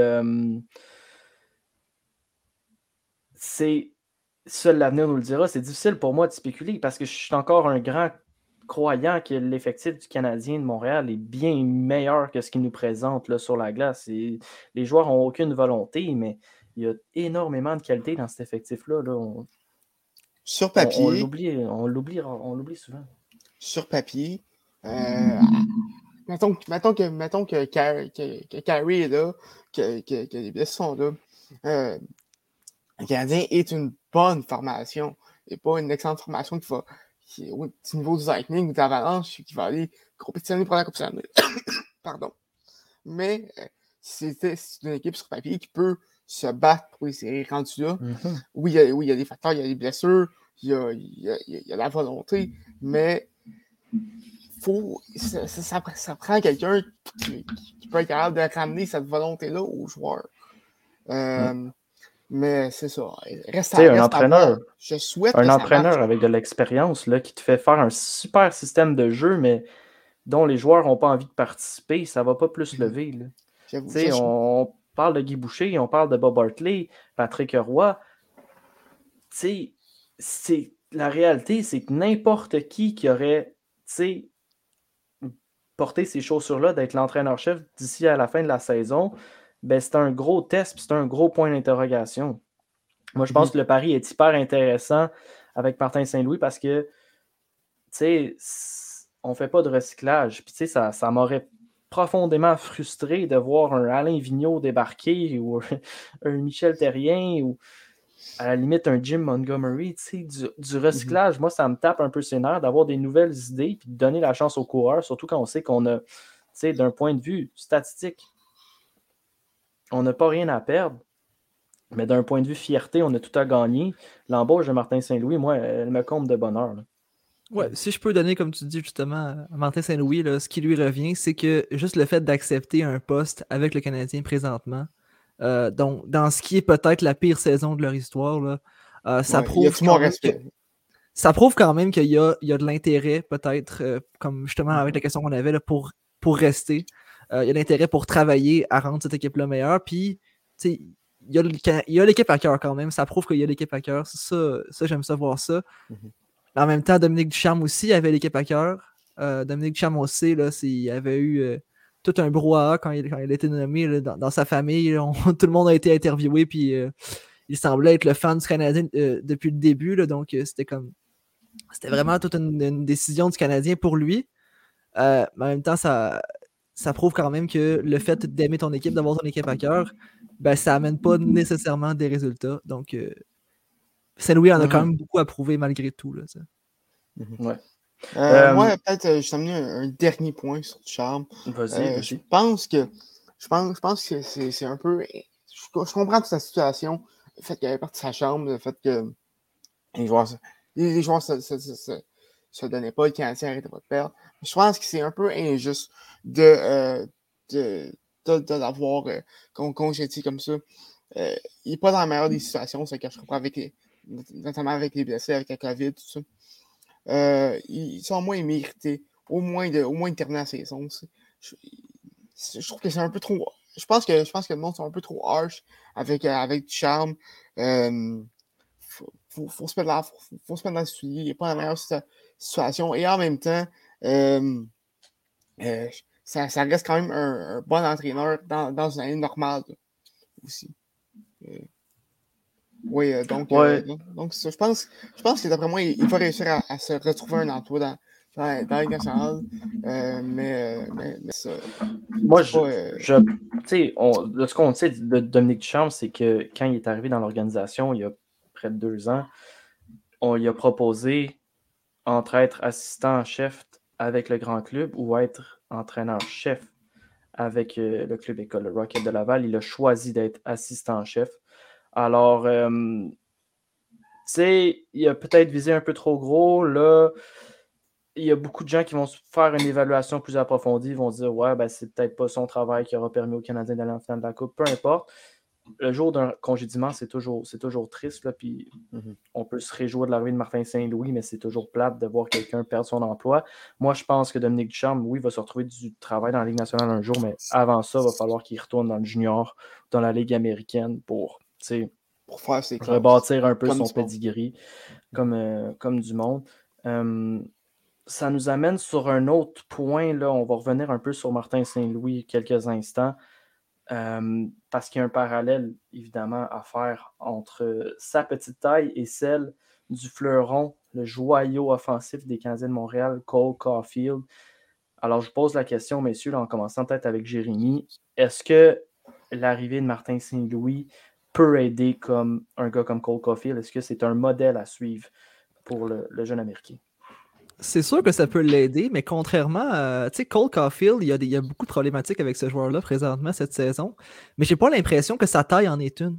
Speaker 3: seul l'avenir nous le dira. C'est difficile pour moi de spéculer parce que je suis encore un grand croyant que l'effectif du Canadien de Montréal est bien meilleur que ce qu'il nous présente là, sur la glace. Et les joueurs n'ont aucune volonté, mais il y a énormément de qualité dans cet effectif-là. Là.
Speaker 4: Sur papier.
Speaker 3: On l'oublie souvent.
Speaker 4: Sur papier, mettons que Carey est là, que les blessés sont là. Le Canadien est une bonne formation et pas une excellente formation qui est au petit niveau du Lightning ou de l'Avalanche qui va aller compétitionner pour la Coupe Stanley. Pardon. Mais c'est une équipe sur papier qui peut se battre pour les séries rendues là. Oui, il y a des facteurs, il y a des blessures, il y a la volonté, mais ça prend quelqu'un qui peut être capable de ramener cette volonté-là aux joueurs. Mais c'est ça.
Speaker 3: Un entraîneur,
Speaker 4: je souhaite
Speaker 3: un entraîneur avec de l'expérience là, qui te fait faire un super système de jeu, mais dont les joueurs n'ont pas envie de participer, ça ne va pas plus lever. Là. On parle de Guy Boucher, on parle de Bob Hartley, Patrick Roy. La réalité, c'est que n'importe qui aurait porté ces chaussures-là, d'être l'entraîneur-chef d'ici à la fin de la saison, ben, c'est un gros test, c'est un gros point d'interrogation. Moi, je pense que le pari est hyper intéressant avec Martin Saint-Louis parce que, on ne fait pas de recyclage. Puis, ça m'aurait profondément frustré de voir un Alain Vigneault débarquer ou un Michel Therrien ou à la limite un Jim Montgomery. Du recyclage, moi, ça me tape un peu ses nerfs d'avoir des nouvelles idées puis de donner la chance aux coureurs, surtout quand on sait qu'on a, d'un point de vue statistique, on n'a pas rien à perdre, mais d'un point de vue fierté, on a tout à gagner. L'embauche de Martin Saint-Louis, moi, elle me comble de bonheur. Là.
Speaker 6: Ouais, si je peux donner, comme tu dis justement, à Martin Saint-Louis, là, ce qui lui revient, c'est que juste le fait d'accepter un poste avec le Canadien présentement, donc dans ce qui est peut-être la pire saison de leur histoire, là, Ça prouve quand même ça prouve quand même qu'il y a de l'intérêt, peut-être, comme justement avec la question qu'on avait, là, pour rester. Il y a l'intérêt pour travailler à rendre cette équipe-là meilleure. Puis, tu sais, il y a l'équipe à cœur quand même. Ça prouve qu'il y a l'équipe à cœur. Ça, j'aime ça voir ça. En même temps, Dominique Ducharme aussi avait l'équipe à cœur. Dominique Ducharme, on sait, là, il avait eu tout un brouhaha quand il a été nommé là, dans sa famille. Tout le monde a été interviewé. Puis, il semblait être le fan du Canadien depuis le début. Là, donc, c'était vraiment toute une décision du Canadien pour lui. Mais en même temps, ça prouve quand même que le fait d'aimer ton équipe, d'avoir ton équipe à cœur, ben, ça amène pas nécessairement des résultats. Donc, Saint-Louis en a quand même beaucoup à prouver malgré tout. Là,
Speaker 3: Ouais.
Speaker 4: Moi, peut-être, je t'amène un dernier point sur Ducharme.
Speaker 3: Vas-y.
Speaker 4: Je pense que c'est un peu. Je comprends toute sa situation. Le fait qu'il avait parti de sa chambre, le fait que les joueurs se donnaient pas, le Canadien n'arrêtait pas de perdre. Je pense que c'est un peu injuste de l'avoir congédié comme ça. Il n'est pas dans la meilleure des situations, ça ne cachera pas notamment avec les blessés, avec la COVID, tout ça. Selon moi, il méritait au moins de terminer la saison. Je trouve que c'est un peu trop. Je pense que le monde sont un peu trop harsh avec Ducharme. Faut se mettre dans le soulier. Il n'est pas dans la meilleure situation. Et en même temps, ça reste quand même un bon entraîneur dans une année normale là, aussi. Donc, je pense que d'après moi, il va réussir à se retrouver un emploi dans la Ligue nationale. Mais ça.
Speaker 3: Moi, tu sais, de ce qu'on sait de Dominique Ducharme, c'est que quand il est arrivé dans l'organisation il y a près de 2 ans, on lui a proposé entre être assistant-chef avec le grand club ou être entraîneur-chef avec le club école, le Rocket de Laval. Il a choisi d'être assistant-chef. Alors, tu sais, il a peut-être visé un peu trop gros. Là, il y a beaucoup de gens qui vont faire une évaluation plus approfondie. Ils vont se dire, ouais, ben, c'est peut-être pas son travail qui aura permis aux Canadiens d'aller en finale de la Coupe. Peu importe. Le jour d'un congédiement, c'est toujours triste. Là, puis on peut se réjouir de l'arrivée de Martin Saint-Louis, mais c'est toujours plate de voir quelqu'un perdre son emploi. Moi, je pense que Dominique Ducharme, oui, va se retrouver du travail dans la Ligue nationale un jour, mais avant ça, il va falloir qu'il retourne dans le junior, dans la Ligue américaine pour
Speaker 4: faire ses
Speaker 3: rebâtir un peu son pedigree comme du monde. Ça nous amène sur un autre point. Là, on va revenir un peu sur Martin Saint-Louis quelques instants. Parce qu'il y a un parallèle, évidemment, à faire entre sa petite taille et celle du fleuron, le joyau offensif des Canadiens de Montréal, Cole Caulfield. Alors, je pose la question, messieurs, là, en commençant peut-être avec Jérémy. Est-ce que l'arrivée de Martin Saint-Louis peut aider comme un gars comme Cole Caulfield? Est-ce que c'est un modèle à suivre pour le jeune Américain?
Speaker 6: C'est sûr que ça peut l'aider, mais contrairement à Cole Caulfield, il y a beaucoup de problématiques avec ce joueur-là présentement cette saison. Mais j'ai pas l'impression que sa taille en est un.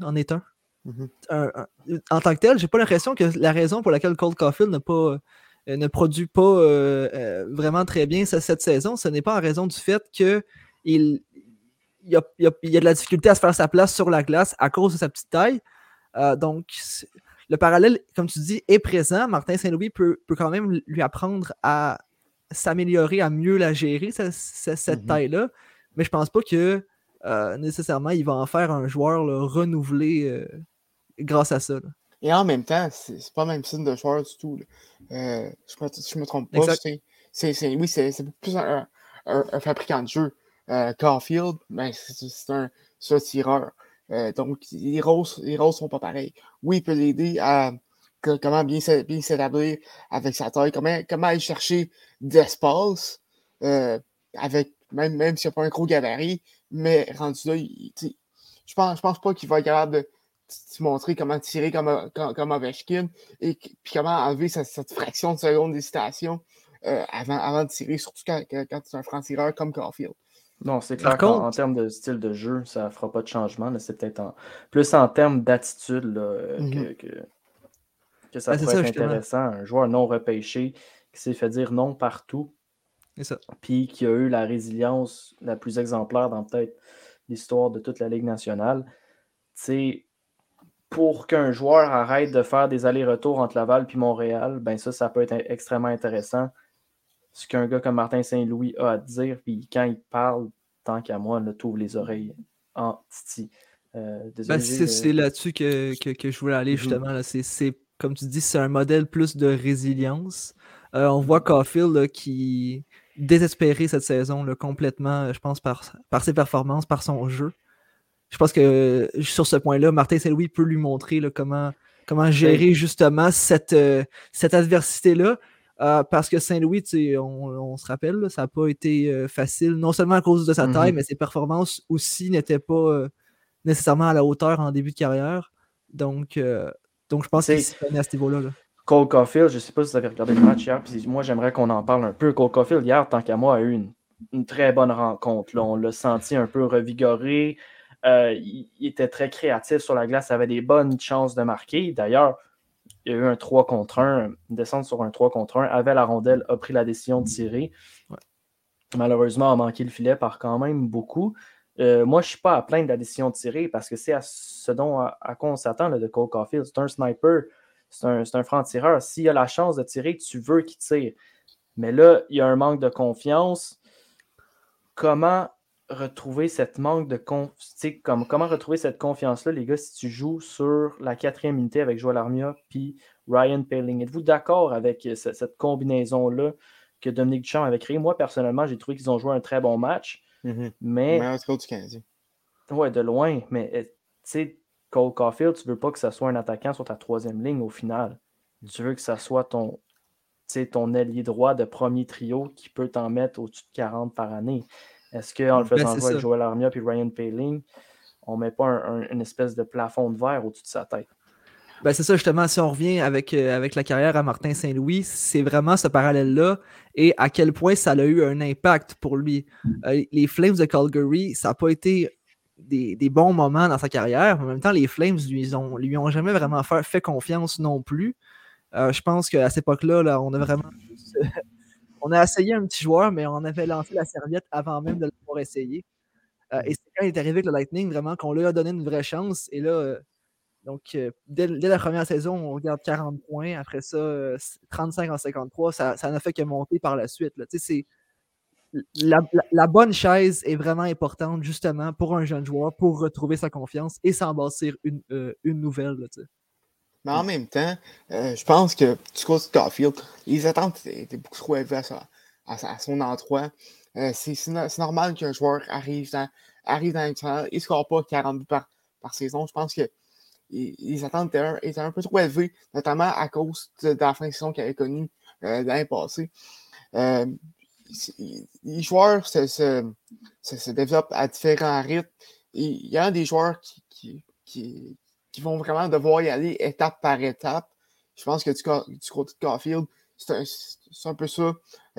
Speaker 6: En tant que tel, j'ai pas l'impression que la raison pour laquelle Cole Caulfield ne produit pas vraiment très bien cette saison, ce n'est pas en raison du fait qu'il y a de la difficulté à se faire sa place sur la glace à cause de sa petite taille. Donc, le parallèle, comme tu dis, est présent. Martin Saint-Louis peut quand même lui apprendre à s'améliorer, à mieux la gérer, cette taille-là. Mais je pense pas que nécessairement il va en faire un joueur là, renouvelé grâce à ça. Là.
Speaker 4: Et en même temps, c'est pas le même signe de joueur du tout. Je me trompe pas. Oui, c'est plus un fabricant de jeu. Caulfield, ben, c'est un tireur. Donc, les rôles sont pas pareils. Oui, il peut l'aider à comment bien s'établir avec sa taille, comment aller chercher d'espace avec même s'il n'y a pas un gros gabarit, mais rendu là, je pense pas qu'il va être capable de montrer comment tirer comme Ovechkin et puis comment enlever cette fraction de seconde d'hésitation avant de tirer, surtout quand tu es un franc-tireur comme Caulfield.
Speaker 3: Non, c'est clair qu'en termes de style de jeu, ça ne fera pas de changement. Là, c'est peut-être plus en termes d'attitude là, que ça pourrait être intéressant. Un joueur non repêché qui s'est fait dire non partout, puis qui a eu la résilience la plus exemplaire dans peut-être l'histoire de toute la Ligue nationale. pour qu'un joueur arrête de faire des allers-retours entre Laval et Montréal, ben ça peut être extrêmement intéressant. Ce qu'un gars comme Martin Saint-Louis a à dire, puis quand il parle, tant qu'à moi, tu ouvres les oreilles en titi.
Speaker 6: C'est là-dessus que je voulais aller, justement. Là. C'est, comme tu dis, c'est un modèle plus de résilience. On voit Caulfield là, qui désespéré cette saison là, complètement, je pense, par ses performances, par son jeu. Je pense que sur ce point-là, Martin Saint-Louis peut lui montrer là, comment gérer justement cette adversité-là. Parce que Saint-Louis, on se rappelle, là, ça n'a pas été facile, non seulement à cause de sa taille, mais ses performances aussi n'étaient pas nécessairement à la hauteur en début de carrière. Donc je pense qu'il s'y connaît à ce niveau-là. Là.
Speaker 3: Cole Caulfield, je ne sais pas si vous avez regardé le match hier, puis moi j'aimerais qu'on en parle un peu. Cole Caulfield, hier, tant qu'à moi, a eu une très bonne rencontre. Là. On l'a senti un peu revigoré. Il était très créatif sur la glace, avait des bonnes chances de marquer. D'ailleurs, il y a eu un 3 contre 1, une descente sur un 3 contre 1, avait la rondelle, a pris la décision de tirer. Ouais. Malheureusement, a manqué le filet par quand même beaucoup. Moi, je ne suis pas à plaindre de la décision de tirer parce que c'est à ce dont à quoi on s'attend là, de Cole Caulfield. C'est un sniper, c'est un franc-tireur. S'il a la chance de tirer, tu veux qu'il tire. Mais là, il y a un manque de confiance. Comment retrouver cette manque de comment retrouver cette confiance-là, les gars, si tu joues sur la 4e unité avec Joël Armia puis Ryan Poehling? Êtes-vous d'accord avec cette combinaison-là que Dominique Duchamp avait créée? Moi, personnellement, j'ai trouvé qu'ils ont joué un très bon match. Mais
Speaker 4: meilleur score du Canadien.
Speaker 3: Ouais, de loin. Mais tu sais, Cole Caulfield, tu veux pas que ça soit un attaquant sur ta 3e ligne au final. Tu veux que ça soit ton ailier droit de premier trio qui peut t'en mettre au-dessus de 40 par année. Est-ce qu'en le faisant jouer avec Joël Armia et Ryan Poehling, on met pas une espèce de plafond de verre au-dessus de sa tête?
Speaker 6: Ben c'est ça, justement, si on revient avec la carrière à Martin Saint-Louis, c'est vraiment ce parallèle-là et à quel point ça a eu un impact pour lui. Les Flames de Calgary, ça n'a pas été des bons moments dans sa carrière, mais en même temps, les Flames lui ont jamais vraiment fait confiance non plus. Je pense qu'à cette époque-là, là, on a vraiment on a essayé un petit joueur, mais on avait lancé la serviette avant même de l'avoir essayé. Et c'est quand il est arrivé avec le Lightning, vraiment, qu'on lui a donné une vraie chance. Et là, donc, dès la première saison, on regarde 40 points. Après ça, 35 en 53. Ça n'a fait que monter par la suite. Là. La bonne chaise est vraiment importante, justement, pour un jeune joueur, pour retrouver sa confiance et s'en bâtir une nouvelle. Là,
Speaker 4: mais en même temps, je pense que du côté de Caulfield, les attentes étaient beaucoup trop élevées à son endroit. C'est normal qu'un joueur arrive dans l'extérieur et ne score pas 40 buts par saison. Je pense que les attentes étaient un peu trop élevées, notamment à cause de la fin de saison qu'il avait connue l'année passée. Les joueurs se développent à différents rythmes. Et il y a des joueurs qui vont vraiment devoir y aller étape par étape. Je pense que du côté de Caulfield, c'est un peu ça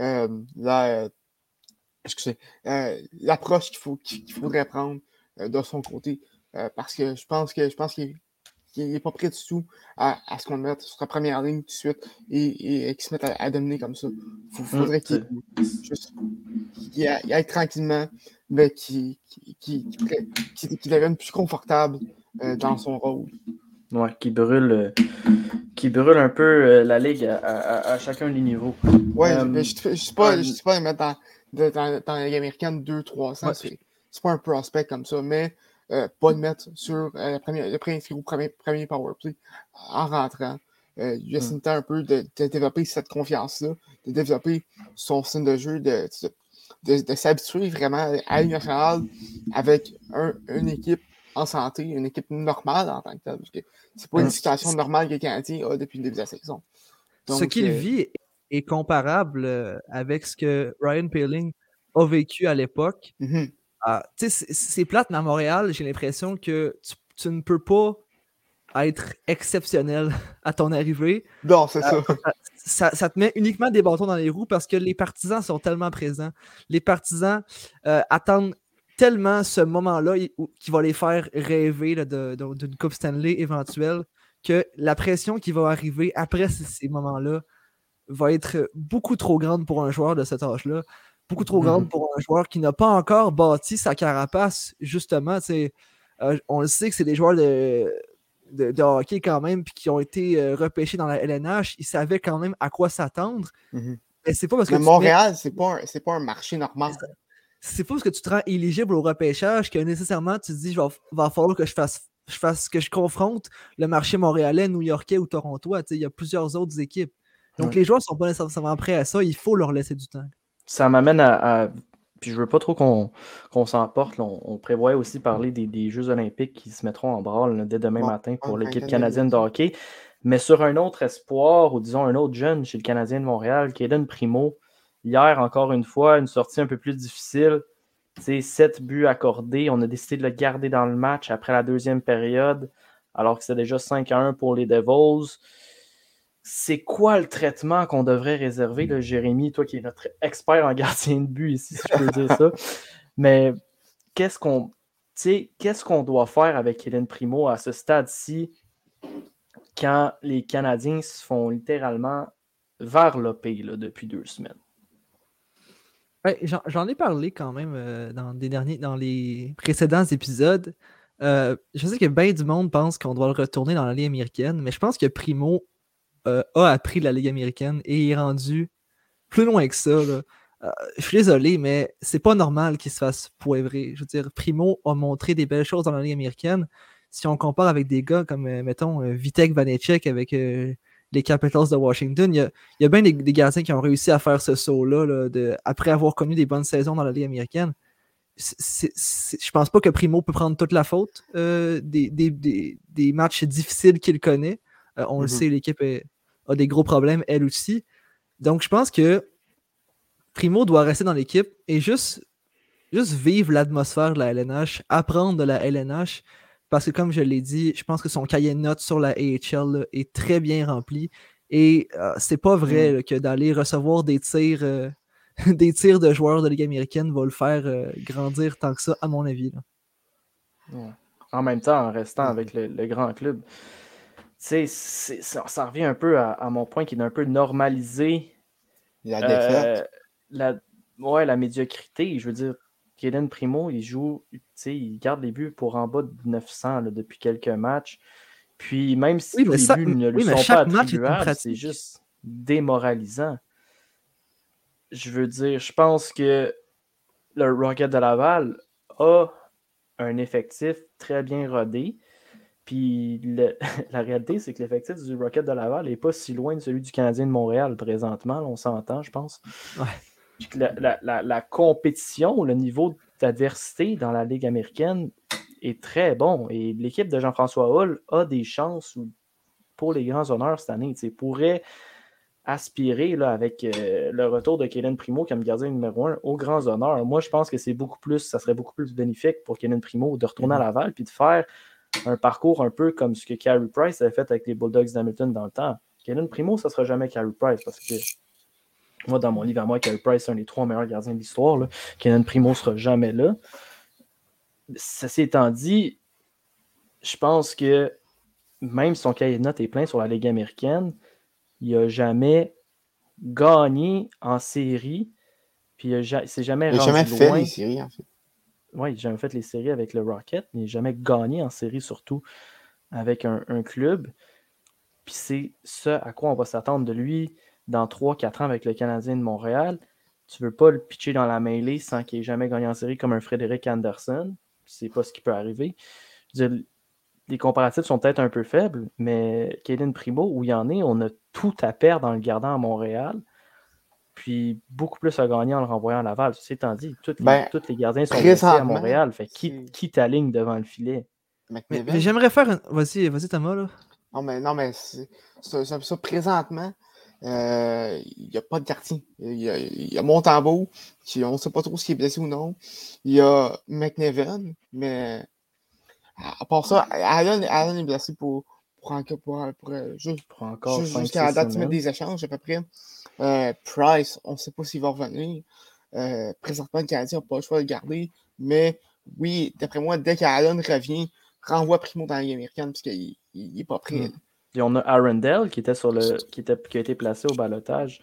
Speaker 4: l'approche qu'il faudrait prendre de son côté. Parce que je pense qu'il n'est pas prêt du tout à ce qu'on le mette sur la première ligne tout de suite et qu'il se mette à dominer comme ça. Il faudrait qu'il aille tranquillement, mais qu'il devienne plus confortable dans son rôle.
Speaker 3: Ouais, qui brûle un peu la ligue à chacun des niveaux.
Speaker 4: Ouais, mais je ne sais pas le mettre dans la Ligue américaine 200-300. Ouais. C'est pas un prospect comme ça, mais pas le mettre sur le premier powerplay en rentrant. Il essaie un peu de développer cette confiance-là, de développer son style de jeu, de s'habituer vraiment à une nationale avec une équipe en santé, une équipe normale en tant que telle. Parce que c'est pas une situation normale que le Canadien a depuis le début de la saison.
Speaker 6: Donc, ce qu'il vit est comparable avec ce que Ryan Poehling a vécu à l'époque.
Speaker 4: Mm-hmm.
Speaker 6: C'est plate, mais à Montréal, j'ai l'impression que tu ne peux pas être exceptionnel à ton arrivée.
Speaker 4: Non, c'est
Speaker 6: ça. Ça te met uniquement des bâtons dans les roues parce que les partisans sont tellement présents. Les partisans attendent tellement ce moment-là qui va les faire rêver là, d'une Coupe Stanley éventuelle que la pression qui va arriver après ces moments-là va être beaucoup trop grande pour un joueur de cet âge-là. Beaucoup trop grande pour un joueur qui n'a pas encore bâti sa carapace, justement. On le sait que c'est des joueurs de hockey quand même, puis qui ont été repêchés dans la LNH, ils savaient quand même à quoi s'attendre. Mais c'est pas parce que
Speaker 4: Montréal, c'est pas un marché normal.
Speaker 6: C'est pas parce que tu te rends éligible au repêchage que nécessairement tu te dis va falloir que je confronte le marché montréalais, new-yorkais ou torontois. Il y a plusieurs autres équipes. Donc les joueurs sont pas nécessairement prêts à ça, il faut leur laisser du temps.
Speaker 3: Ça m'amène à puis je veux pas trop qu'on s'emporte. On prévoyait aussi parler des Jeux olympiques qui se mettront en branle là, dès demain matin pour l'équipe canadienne de hockey. Mais sur un autre espoir, ou disons un autre jeune chez le Canadien de Montréal, Cayden Primo, hier, encore une fois, une sortie un peu plus difficile. 7 buts accordés. On a décidé de le garder dans le match après la deuxième période, alors que c'est déjà 5-1 pour les Devils. C'est quoi le traitement qu'on devrait réserver, là, Jérémy, toi qui es notre expert en gardien de but ici, si je peux dire ça. Mais qu'est-ce qu'on doit faire avec Cayden Primo à ce stade-ci quand les Canadiens se font littéralement varloper depuis 2 semaines?
Speaker 6: Ouais, j'en ai parlé quand même dans les précédents épisodes. Je sais que bien du monde pense qu'on doit le retourner dans la Ligue américaine, mais je pense que Primo a appris la Ligue américaine et est rendu plus loin que ça. Là. Je suis désolé, mais c'est pas normal qu'il se fasse poivrer. Je veux dire, Primo a montré des belles choses dans la Ligue américaine. Si on compare avec des gars comme, mettons, Vitek Vanecek avec les Capitals de Washington, il y a bien des gardiens qui ont réussi à faire ce saut-là après avoir connu des bonnes saisons dans la Ligue américaine. Je pense pas que Primo peut prendre toute la faute des matchs difficiles qu'il connaît. On le sait, l'équipe a des gros problèmes, elle aussi. Donc, je pense que Primo doit rester dans l'équipe et juste vivre l'atmosphère de la LNH, apprendre de la LNH, parce que comme je l'ai dit, je pense que son cahier de notes sur la AHL là, est très bien rempli et c'est pas vrai là, que d'aller recevoir des tirs de joueurs de Ligue américaine va le faire grandir tant que ça, à mon avis.
Speaker 3: Là. En même temps, en restant avec le grand club. Ça revient un peu à mon point qui est d'un peu normalisé
Speaker 4: la défaite.
Speaker 3: La médiocrité. Je veux dire, Cayden Primo, il garde les buts pour en bas de 900 là, depuis quelques matchs. Puis même si tous les buts ne lui sont pas attribuables, c'est juste démoralisant. Je veux dire, je pense que le Rocket de Laval a un effectif très bien rodé. Puis la réalité, c'est que l'effectif du Rocket de Laval n'est pas si loin de celui du Canadien de Montréal présentement. Là, on s'entend, je pense.
Speaker 6: Ouais.
Speaker 3: Puis que la compétition, le niveau d'adversité dans la Ligue américaine est très bon. Et l'équipe de Jean-François Hull a des chances pour les grands honneurs cette année. Pourrait aspirer là, avec le retour de Cayden Primo comme gardien numéro 1 aux grands honneurs. Moi, je pense que ça serait beaucoup plus bénéfique pour Cayden Primo de retourner à Laval puis de faire un parcours un peu comme ce que Carey Price avait fait avec les Bulldogs d'Hamilton dans le temps. Cayden Primo, ça ne sera jamais Carey Price parce que moi, dans mon livre à moi, Carey Price est un des 3 meilleurs gardiens de l'histoire. Cayden Primo ne sera jamais là. Ceci étant dit, je pense que même si son cahier de notes est plein sur la Ligue américaine, il n'a jamais gagné en série. Puis il s'est jamais rendu loin.
Speaker 4: Il n'a jamais fait les séries, en fait.
Speaker 3: Oui, il n'a jamais fait les séries avec le Rocket, mais il n'a jamais gagné en série, surtout avec un club. Puis c'est ce à quoi on va s'attendre de lui dans 3-4 ans avec le Canadien de Montréal. Tu ne veux pas le pitcher dans la mêlée sans qu'il ait jamais gagné en série comme un Frédéric Anderson. C'est pas ce qui peut arriver. Je veux dire, les comparatifs sont peut-être un peu faibles, mais Cayden Primo, où il y en est, on a tout à perdre en le gardant à Montréal. Puis beaucoup plus à gagner en le renvoyant à Laval. Ceci étant dit, tous les gardiens sont blessés à Montréal. Fait qui t'aligne devant le filet?
Speaker 6: Mais j'aimerais faire Vas-y Thomas, là.
Speaker 4: Non, mais c'est ça. Présentement, il n'y a pas de gardien. Il y a Montembeault, on ne sait pas trop s'il est blessé ou non. Il y a McNevin, mais à part ça, Allen est blessé pour jusqu'à la date des échanges à peu près. Price, on ne sait pas s'il va revenir. Présentement, le Canadien n'a pas le choix de le garder. Mais oui, d'après moi, dès qu'Allen revient, renvoie Primo dans la Ligue américaine parce qu'il n'est pas prêt.
Speaker 3: Et on a Arundel qui a été placé au balotage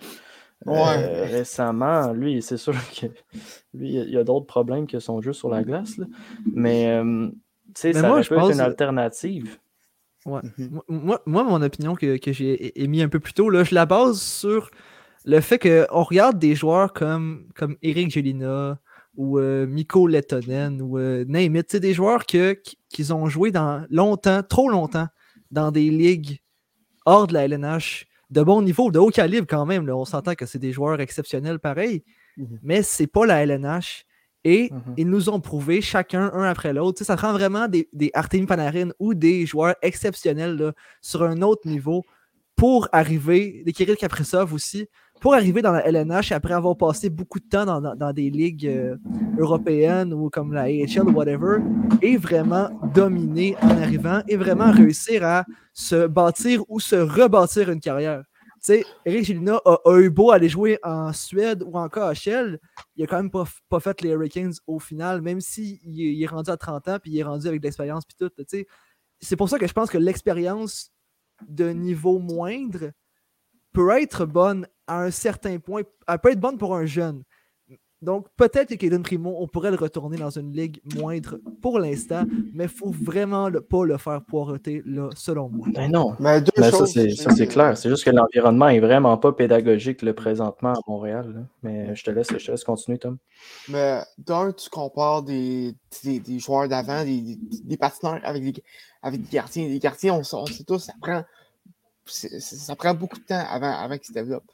Speaker 3: récemment. Lui, c'est sûr que lui, il y a d'autres problèmes que son jeu sur la glace. Là. Mais ça aurait pu être une alternative.
Speaker 6: Ouais. Moi, mon opinion que j'ai émis un peu plus tôt, là, je la base sur le fait qu'on regarde des joueurs comme Eric Jelina ou Mikko Lehtonen ou name it, des joueurs qui ont joué trop longtemps, dans des ligues hors de la LNH, de bon niveau, de haut calibre quand même. Là. On s'entend que c'est des joueurs exceptionnels pareil, mais c'est pas la LNH. Et ils nous ont prouvé, chacun, un après l'autre. Ça prend vraiment des Artemi Panarin ou des joueurs exceptionnels là, sur un autre niveau pour arriver, des Kirill Kaprizov aussi, pour arriver dans la LNH après avoir passé beaucoup de temps dans des ligues européennes ou comme la AHL ou whatever, et vraiment dominer en arrivant et vraiment réussir à se bâtir ou se rebâtir une carrière. Tu sais, Eric Jelina a eu beau aller jouer en Suède ou en KHL, il a quand même pas fait les Hurricanes au final, même s'il est rendu à 30 ans puis il est rendu avec de l'expérience puis tout. Tu sais. C'est pour ça que je pense que l'expérience de niveau moindre peut être bonne à un certain point. Elle peut être bonne pour un jeune. Donc, peut-être que Cayden Primo, on pourrait le retourner dans une ligue moindre pour l'instant, mais il ne faut vraiment pas le faire poireauter, là, selon moi.
Speaker 3: Ben non.
Speaker 4: Mais
Speaker 3: ça, c'est clair. C'est juste que l'environnement n'est vraiment pas pédagogique le présentement à Montréal. Là. Mais je te laisse continuer, Tom.
Speaker 4: Mais d'un, tu compares des joueurs d'avant, des patineurs avec des gardiens. Les gardiens, on sait tous, ça prend beaucoup de temps avant qu'ils se développent.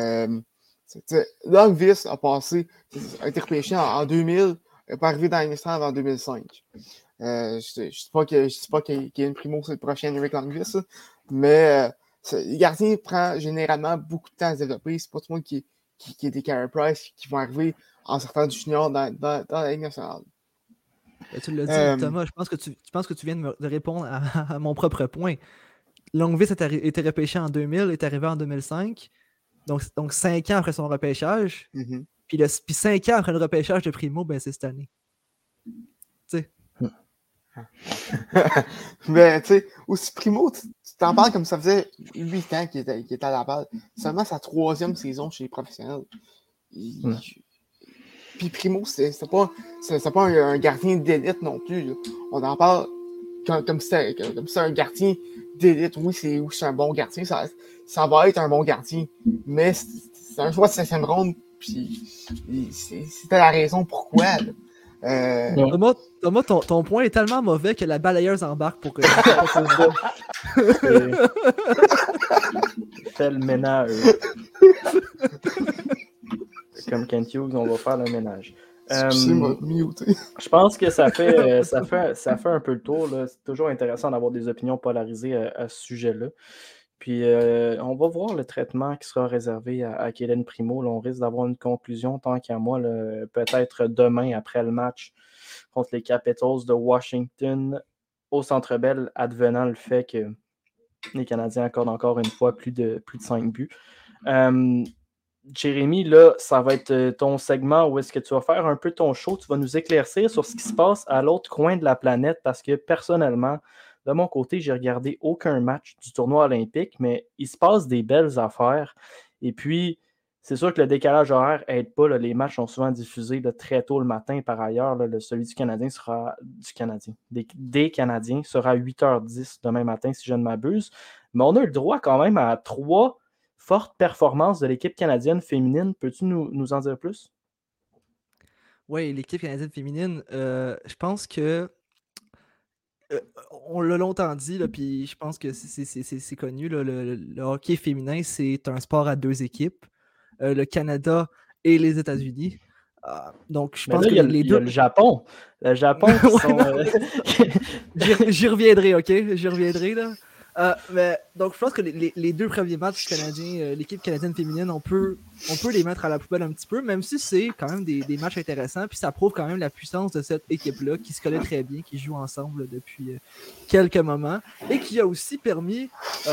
Speaker 4: Longvis a été repêché en 2000, il n'est pas arrivé dans l'industrie avant 2005. Je ne dis pas qu'il y a une primo, c'est le prochain Eric Longvis, mais les gardiens prennent généralement beaucoup de temps à se développer. C'est pas tout le monde qui est des Carey Price qui vont arriver en sortant du junior dans la Ligue nationale.
Speaker 6: Tu l'as dit, Thomas, je pense que tu viens de répondre à mon propre point. Longvis a été repêché en 2000, est arrivé en 2005. Donc 5 ans après son repêchage. Puis 5 ans après le repêchage de Primo, ben c'est cette année. Tu sais.
Speaker 4: Mais tu sais, aussi Primo, tu t'en parles comme ça faisait 8 ans qu'il était à Laval. Seulement sa 3e saison chez les professionnels. Puis Primo, c'est pas un gardien d'élite non plus. Là. On en parle comme c'est un gardien d'élite. Oui, c'est un bon gardien. Ça va être un bon gardien. Mais c'est un choix de 5e ronde. Puis c'était la raison pourquoi.
Speaker 6: Thomas, ton point est tellement mauvais que la balayeuse embarque pour que.
Speaker 3: Fais le ménage. Comme Kent Hughes, on va faire le ménage. Je pense que ça fait un peu le tour. Là. C'est toujours intéressant d'avoir des opinions polarisées à ce sujet-là. Puis on va voir le traitement qui sera réservé à Cayden Primo. Là, on risque d'avoir une conclusion, tant qu'à moi, là, peut-être demain après le match contre les Capitals de Washington au Centre Bell, advenant le fait que les Canadiens accordent encore une fois plus de 5 buts. Jérémy, là, ça va être ton segment où est-ce que tu vas faire un peu ton show. Tu vas nous éclaircir sur ce qui se passe à l'autre coin de la planète parce que personnellement, de mon côté, j'ai regardé aucun match du tournoi olympique, mais il se passe des belles affaires. Et puis, c'est sûr que le décalage horaire n'aide pas. Là, les matchs sont souvent diffusés là, très tôt le matin. Par ailleurs, là, celui des Canadiens sera à 8h10 demain matin, si je ne m'abuse. Mais on a le droit quand même à 3 fortes performances de l'équipe canadienne féminine. Peux-tu nous en dire plus?
Speaker 6: Oui, l'équipe canadienne féminine, je pense que on l'a longtemps dit, puis je pense que c'est connu. Là, le hockey féminin, c'est un sport à 2 équipes, le Canada et les États-Unis. Donc, je pense que les deux.
Speaker 3: Il y a le Japon. Le Japon,
Speaker 6: J'y reviendrai, OK? J'y reviendrai, là. Mais, donc, je pense que les 2 premiers matchs canadiens, l'équipe canadienne féminine, on peut les mettre à la poubelle un petit peu, même si c'est quand même des matchs intéressants. Puis ça prouve quand même la puissance de cette équipe-là, qui se connaît très bien, qui joue ensemble depuis quelques moments, et qui a aussi permis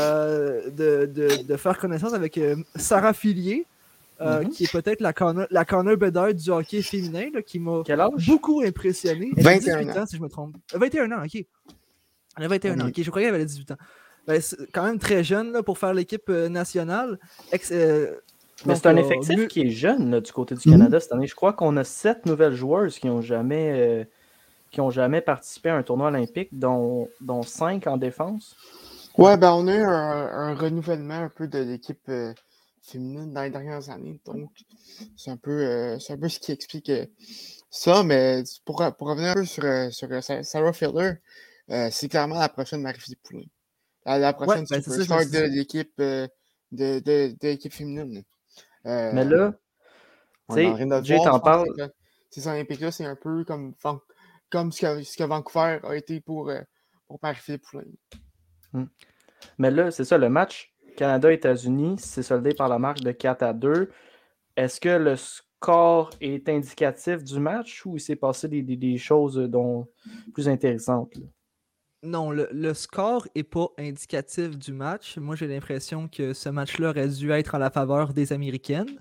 Speaker 6: de faire connaissance avec Sarah Fillier, qui est peut-être la Connor Bedard du hockey féminin, là, qui m'a beaucoup impressionné. Elle a 18 ans, si je me trompe. 21 ans, OK. Elle a 21 ans, OK. Je croyais qu'elle avait 18 ans. Ben, c'est quand même très jeune là, pour faire l'équipe nationale.
Speaker 3: Mais c'est un effectif qui est jeune là, du côté du Canada cette année. Je crois qu'on a 7 nouvelles joueuses qui n'ont jamais qui n'ont jamais participé à un tournoi olympique, dont 5 en défense.
Speaker 4: Ouais, ben on a eu un renouvellement un peu de l'équipe féminine dans les dernières années. Donc, c'est un peu ce qui explique ça. Mais pour revenir un peu sur Sarah Filler, c'est clairement la prochaine Marie-Philippe Poulin. La prochaine superstar de l'équipe de l'équipe féminine.
Speaker 3: Mais là,
Speaker 4: on est en train de
Speaker 3: Jay t'en parle.
Speaker 4: Ces Olympiques-là, c'est un peu comme ce que Vancouver a été pour Marie-Philippe Poulin.
Speaker 3: Mais là, c'est ça, le match Canada-États-Unis s'est soldé par la marque de 4-2. Est-ce que le score est indicatif du match ou il s'est passé des choses plus intéressantes? Là?
Speaker 6: Non, le score n'est pas indicatif du match. Moi, j'ai l'impression que ce match-là aurait dû être en la faveur des Américaines.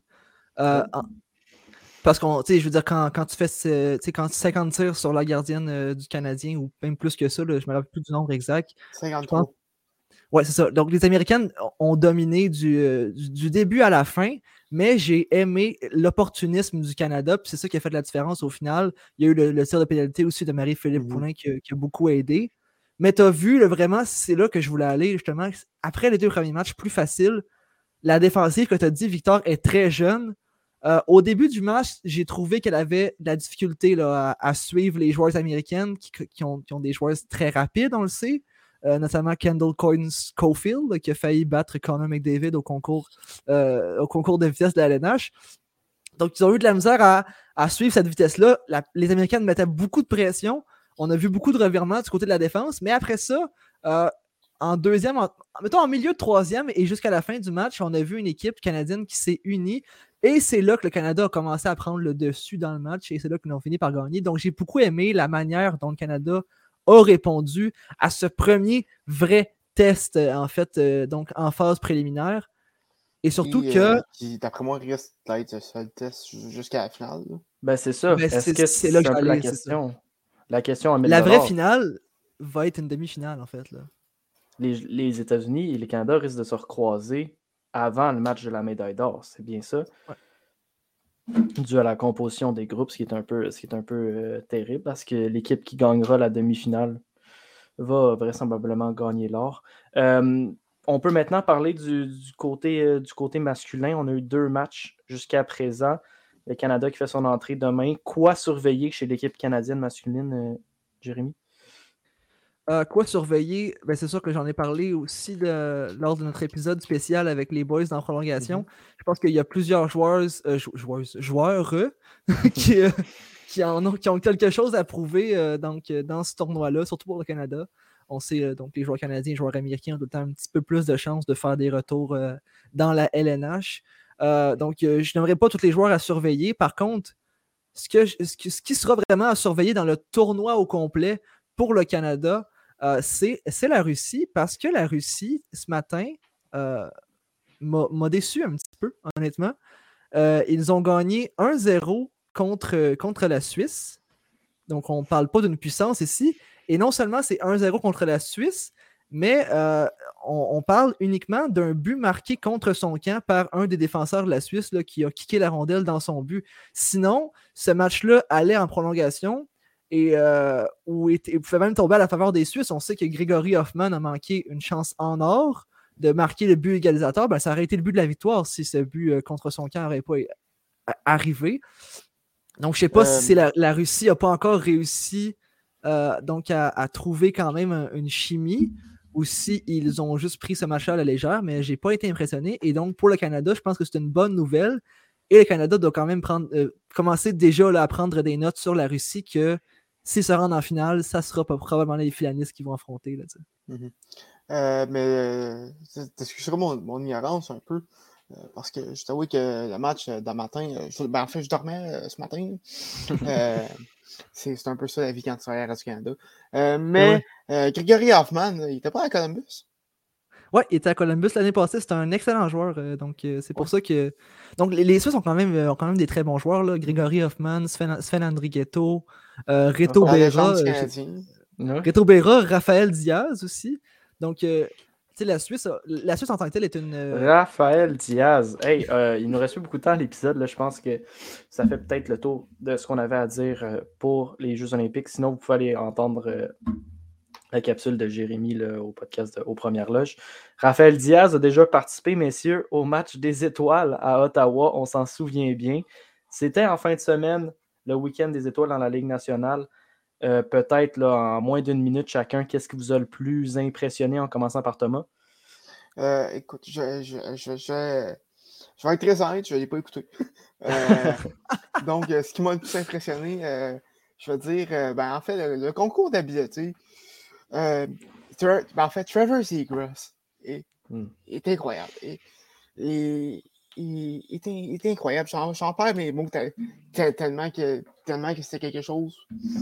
Speaker 6: Parce que, je veux dire, quand tu fais 50 tirs sur la gardienne du Canadien, ou même plus que ça, là, je ne me rappelle plus du nombre exact.
Speaker 4: 53.
Speaker 6: Ouais, c'est ça. Donc, les Américaines ont dominé du début à la fin, mais j'ai aimé l'opportunisme du Canada, puis c'est ça qui a fait la différence au final. Il y a eu le tir de pénalité aussi de Marie-Philippe Poulin qui a beaucoup aidé. Mais tu as vu, là, vraiment, c'est là que je voulais aller, justement. Après les 2 premiers matchs, plus facile. La défensive que tu as dit, Victor, est très jeune. Au début du match, j'ai trouvé qu'elle avait de la difficulté là, à suivre les joueurs américaines qui ont des joueurs très rapides, on le sait. Notamment Kendall Coyne-Schofield, qui a failli battre Connor McDavid au concours de vitesse de la LNH. Donc, ils ont eu de la misère à suivre cette vitesse-là. Les Américaines mettaient beaucoup de pression. On a vu beaucoup de revirements du côté de la défense. Mais après ça, en milieu de troisième et jusqu'à la fin du match, on a vu une équipe canadienne qui s'est unie. Et c'est là que le Canada a commencé à prendre le dessus dans le match. Et c'est là qu'ils ont fini par gagner. Donc, j'ai beaucoup aimé la manière dont le Canada a répondu à ce premier vrai test, en fait, donc en phase préliminaire. Et surtout
Speaker 4: qui, d'après moi, risque d'être le seul test jusqu'à la finale. Là.
Speaker 3: Ben, c'est ça. Est-ce que c'est
Speaker 6: là
Speaker 3: un peu la question? La question à
Speaker 6: la vraie finale va être une demi-finale, en fait. Là.
Speaker 3: Les États-Unis et le Canada risquent de se recroiser avant le match de la médaille d'or. C'est bien ça?
Speaker 6: Ouais.
Speaker 3: Dû à la composition des groupes, ce qui est un peu terrible, parce que l'équipe qui gagnera la demi-finale va vraisemblablement gagner l'or. On peut maintenant parler du côté masculin. On a eu 2 matchs jusqu'à présent. Le Canada qui fait son entrée demain. Quoi surveiller chez l'équipe canadienne masculine, Jérémy?
Speaker 6: Quoi surveiller? Ben, c'est sûr que j'en ai parlé aussi lors de notre épisode spécial avec les boys dans prolongation. Je pense qu'il y a plusieurs joueurs qui ont quelque chose à prouver dans ce tournoi-là, surtout pour le Canada. On sait donc les joueurs canadiens et les joueurs américains ont tout le temps un petit peu plus de chances de faire des retours dans la LNH. Donc, je n'aimerais pas tous les joueurs à surveiller. Par contre, ce qui sera vraiment à surveiller dans le tournoi au complet pour le Canada, c'est la Russie, parce que la Russie, ce matin, m'a déçu un petit peu, honnêtement. Ils ont gagné 1-0 contre la Suisse. Donc, on ne parle pas d'une puissance ici. Et non seulement c'est 1-0 contre la Suisse, mais on parle uniquement d'un but marqué contre son camp par un des défenseurs de la Suisse là, qui a kické la rondelle dans son but. Sinon, ce match-là allait en prolongation et pouvait même tomber à la faveur des Suisses. On sait que Grégory Hoffman a manqué une chance en or de marquer le but égalisateur. Ben, ça aurait été le but de la victoire si ce but contre son camp n'aurait pas arrivé. Donc, je ne sais pas si la Russie n'a pas encore réussi à trouver quand même une chimie ou si ils ont juste pris ce match-là à la légère, mais je n'ai pas été impressionné. Et donc, pour le Canada, je pense que c'est une bonne nouvelle. Et le Canada doit quand même commencer déjà là, à prendre des notes sur la Russie que s'ils se rendent en finale, ça sera probablement les finalistes qui vont affronter. Là,
Speaker 4: mais t'excuseras mon ignorance un peu. Parce que je t'avoue que le match d'un matin, je dormais ce matin. C'est un peu ça la vie quand tu travailles à Radio-Canada. Grégory Hoffman, il était pas à Columbus?
Speaker 6: Oui, il était à Columbus l'année passée. C'était un excellent joueur. Donc, c'est pour ça que. Donc, les Suisses ont quand même des très bons joueurs. Là. Grégory Hoffman, Sven Andrighetto, Reto Berra. Reto Berra, Raphaël Diaz aussi. Donc, La Suisse en tant que telle est une.
Speaker 3: Raphaël Diaz. Hey, il nous reste plus beaucoup de temps à l'épisode. Là. Je pense que ça fait peut-être le tour de ce qu'on avait à dire pour les Jeux Olympiques. Sinon, vous pouvez aller entendre la capsule de Jérémy là, au podcast Aux Premières Loges. Raphaël Diaz a déjà participé, messieurs, au match des étoiles à Ottawa. On s'en souvient bien. C'était en fin de semaine, le week-end des étoiles dans la Ligue nationale. Peut-être là, en moins d'une minute chacun, qu'est-ce qui vous a le plus impressionné en commençant par Thomas?
Speaker 4: Écoute, je vais être très honnête, je ne l'ai pas écouté. Donc, ce qui m'a le plus impressionné, je vais dire, en fait, le concours d'habileté, Trevor Zegras est incroyable. Il est incroyable. J'en perds mes mots tellement que c'était quelque chose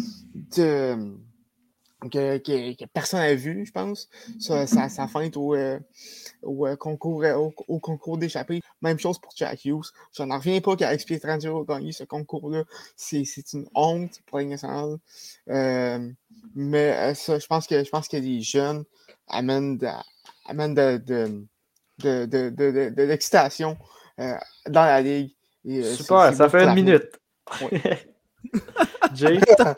Speaker 4: que personne n'a vu, je pense. Ça feinte au concours d'échappée. Même chose pour Jack Hughes. Je n'en reviens pas qu'Alex Pietrangelo a gagné ce concours-là. C'est une honte pour la Ligue nationale. Mais ça, je pense que les jeunes amènent de l'excitation dans la Ligue. Et,
Speaker 3: super, ça fait une minute.
Speaker 4: Ouais.
Speaker 3: Jay?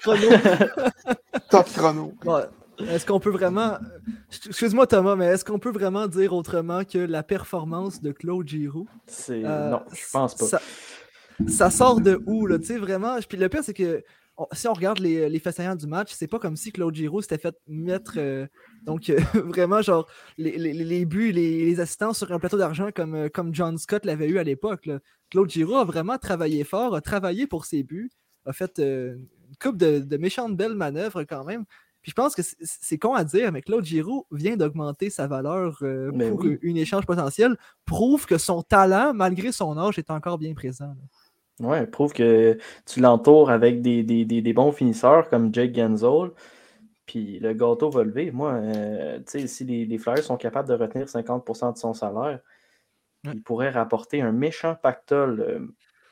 Speaker 4: Top chrono.
Speaker 6: Ouais. Est-ce qu'on peut vraiment... Excuse-moi Thomas, mais est-ce qu'on peut vraiment dire autrement que la performance de Claude Giroux?
Speaker 3: Non, je pense pas.
Speaker 6: Ça sort de où, là? Tu sais, vraiment... Puis le pire, c'est que si on regarde les faits saillants du match, c'est pas comme si Claude Giroux s'était fait mettre vraiment genre les buts, les assistants sur un plateau d'argent comme John Scott l'avait eu à l'époque. Là. Claude Giroux a vraiment travaillé fort, a travaillé pour ses buts, a fait une couple de méchantes belles manœuvres quand même. Puis je pense que c'est con à dire, mais Claude Giroux vient d'augmenter sa valeur pour une échange potentielle, prouve que son talent, malgré son âge, est encore bien présent. Là.
Speaker 3: Ouais, prouve que tu l'entoures avec des bons finisseurs comme Jake Gensel, puis le gâteau va lever. Moi, tu sais, si les Flyers sont capables de retenir 50% de son salaire, ils pourraient rapporter un méchant pactole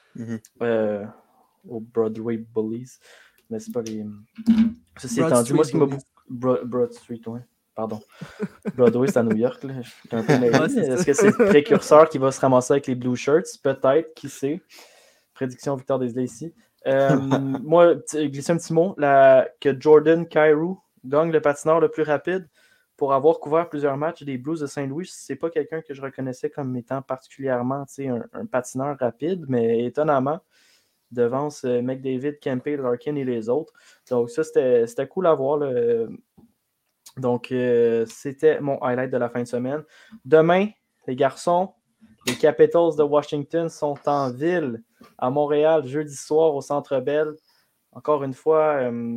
Speaker 3: aux Broadway Bullies. Mais c'est pas les... Ceci étant dit, moi, ce qui m'a beaucoup... Broad Street, ouais. Pardon. Broadway, c'est à New York. Là. Je suis un peu naïf. Est-ce que c'est le précurseur qui va se ramasser avec les Blue Shirts? Peut-être, qui sait. Prédiction Victor Desley ici. Moi, glisser un petit mot, que Jordan Kyrou gagne le patineur le plus rapide pour avoir couvert plusieurs matchs des Blues de Saint-Louis. C'est pas quelqu'un que je reconnaissais comme étant particulièrement un patineur rapide, mais étonnamment, devance McDavid, Kempe, Larkin et les autres. Donc ça, c'était cool à voir. Là. Donc, c'était mon highlight de la fin de semaine. Demain, les garçons, les Capitals de Washington sont en ville à Montréal, jeudi soir au Centre Bell. Encore une fois,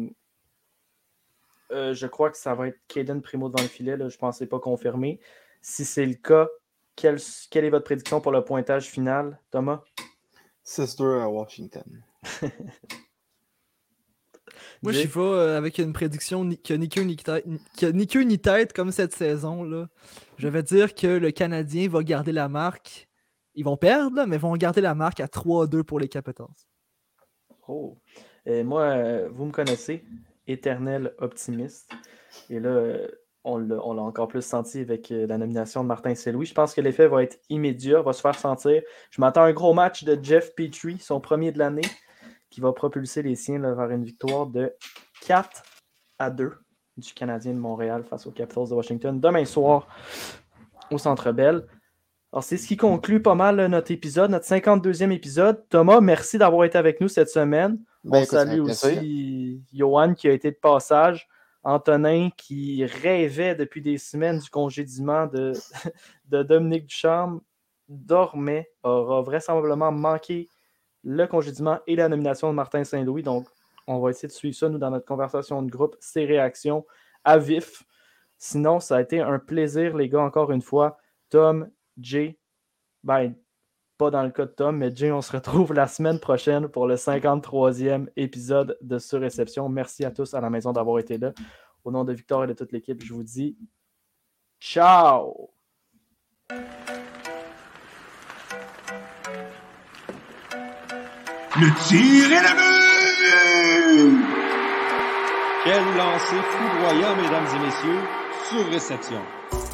Speaker 3: je crois que ça va être Caden Primo devant le filet. Là, je ne pense que ce n'est pas confirmé. Si c'est le cas, quelle est votre prédiction pour le pointage final, Thomas?
Speaker 4: 6-2 à Washington.
Speaker 6: Moi, je suis pas avec une prédiction qui a ni queue ni tête comme cette saison. Là. Je vais dire que le Canadien va garder la marque. Ils vont perdre, là, mais vont garder la marque à 3-2 pour les Capitals.
Speaker 3: Oh. Moi, vous me connaissez, éternel optimiste. Et là, on l'a encore plus senti avec la nomination de Martin Saint-Louis. Je pense que l'effet va être immédiat, va se faire sentir. Je m'attends à un gros match de Jeff Petrie, son premier de l'année, qui va propulser les siens là, vers une victoire de 4-2 du Canadien de Montréal face aux Capitals de Washington demain soir au Centre Bell. Alors, c'est ce qui conclut pas mal notre épisode, notre 52e épisode. Thomas, merci d'avoir été avec nous cette semaine. On salue aussi Johan qui a été de passage. Antonin qui rêvait depuis des semaines du congédiement de Dominique Ducharme, dormait, aura vraisemblablement manqué le congédiement et la nomination de Martin Saint-Louis. Donc, on va essayer de suivre ça, nous, dans notre conversation de groupe, ses réactions à vif. Sinon, ça a été un plaisir, les gars, encore une fois. Tom, Jay, pas dans le cas de Tom, mais Jay, on se retrouve la semaine prochaine pour le 53e épisode de Surréception. Merci à tous à la maison d'avoir été là. Au nom de Victor et de toute l'équipe, je vous dis ciao!
Speaker 1: Le tir est le but!
Speaker 2: Quel lancer foudroyant, mesdames et messieurs, sur réception.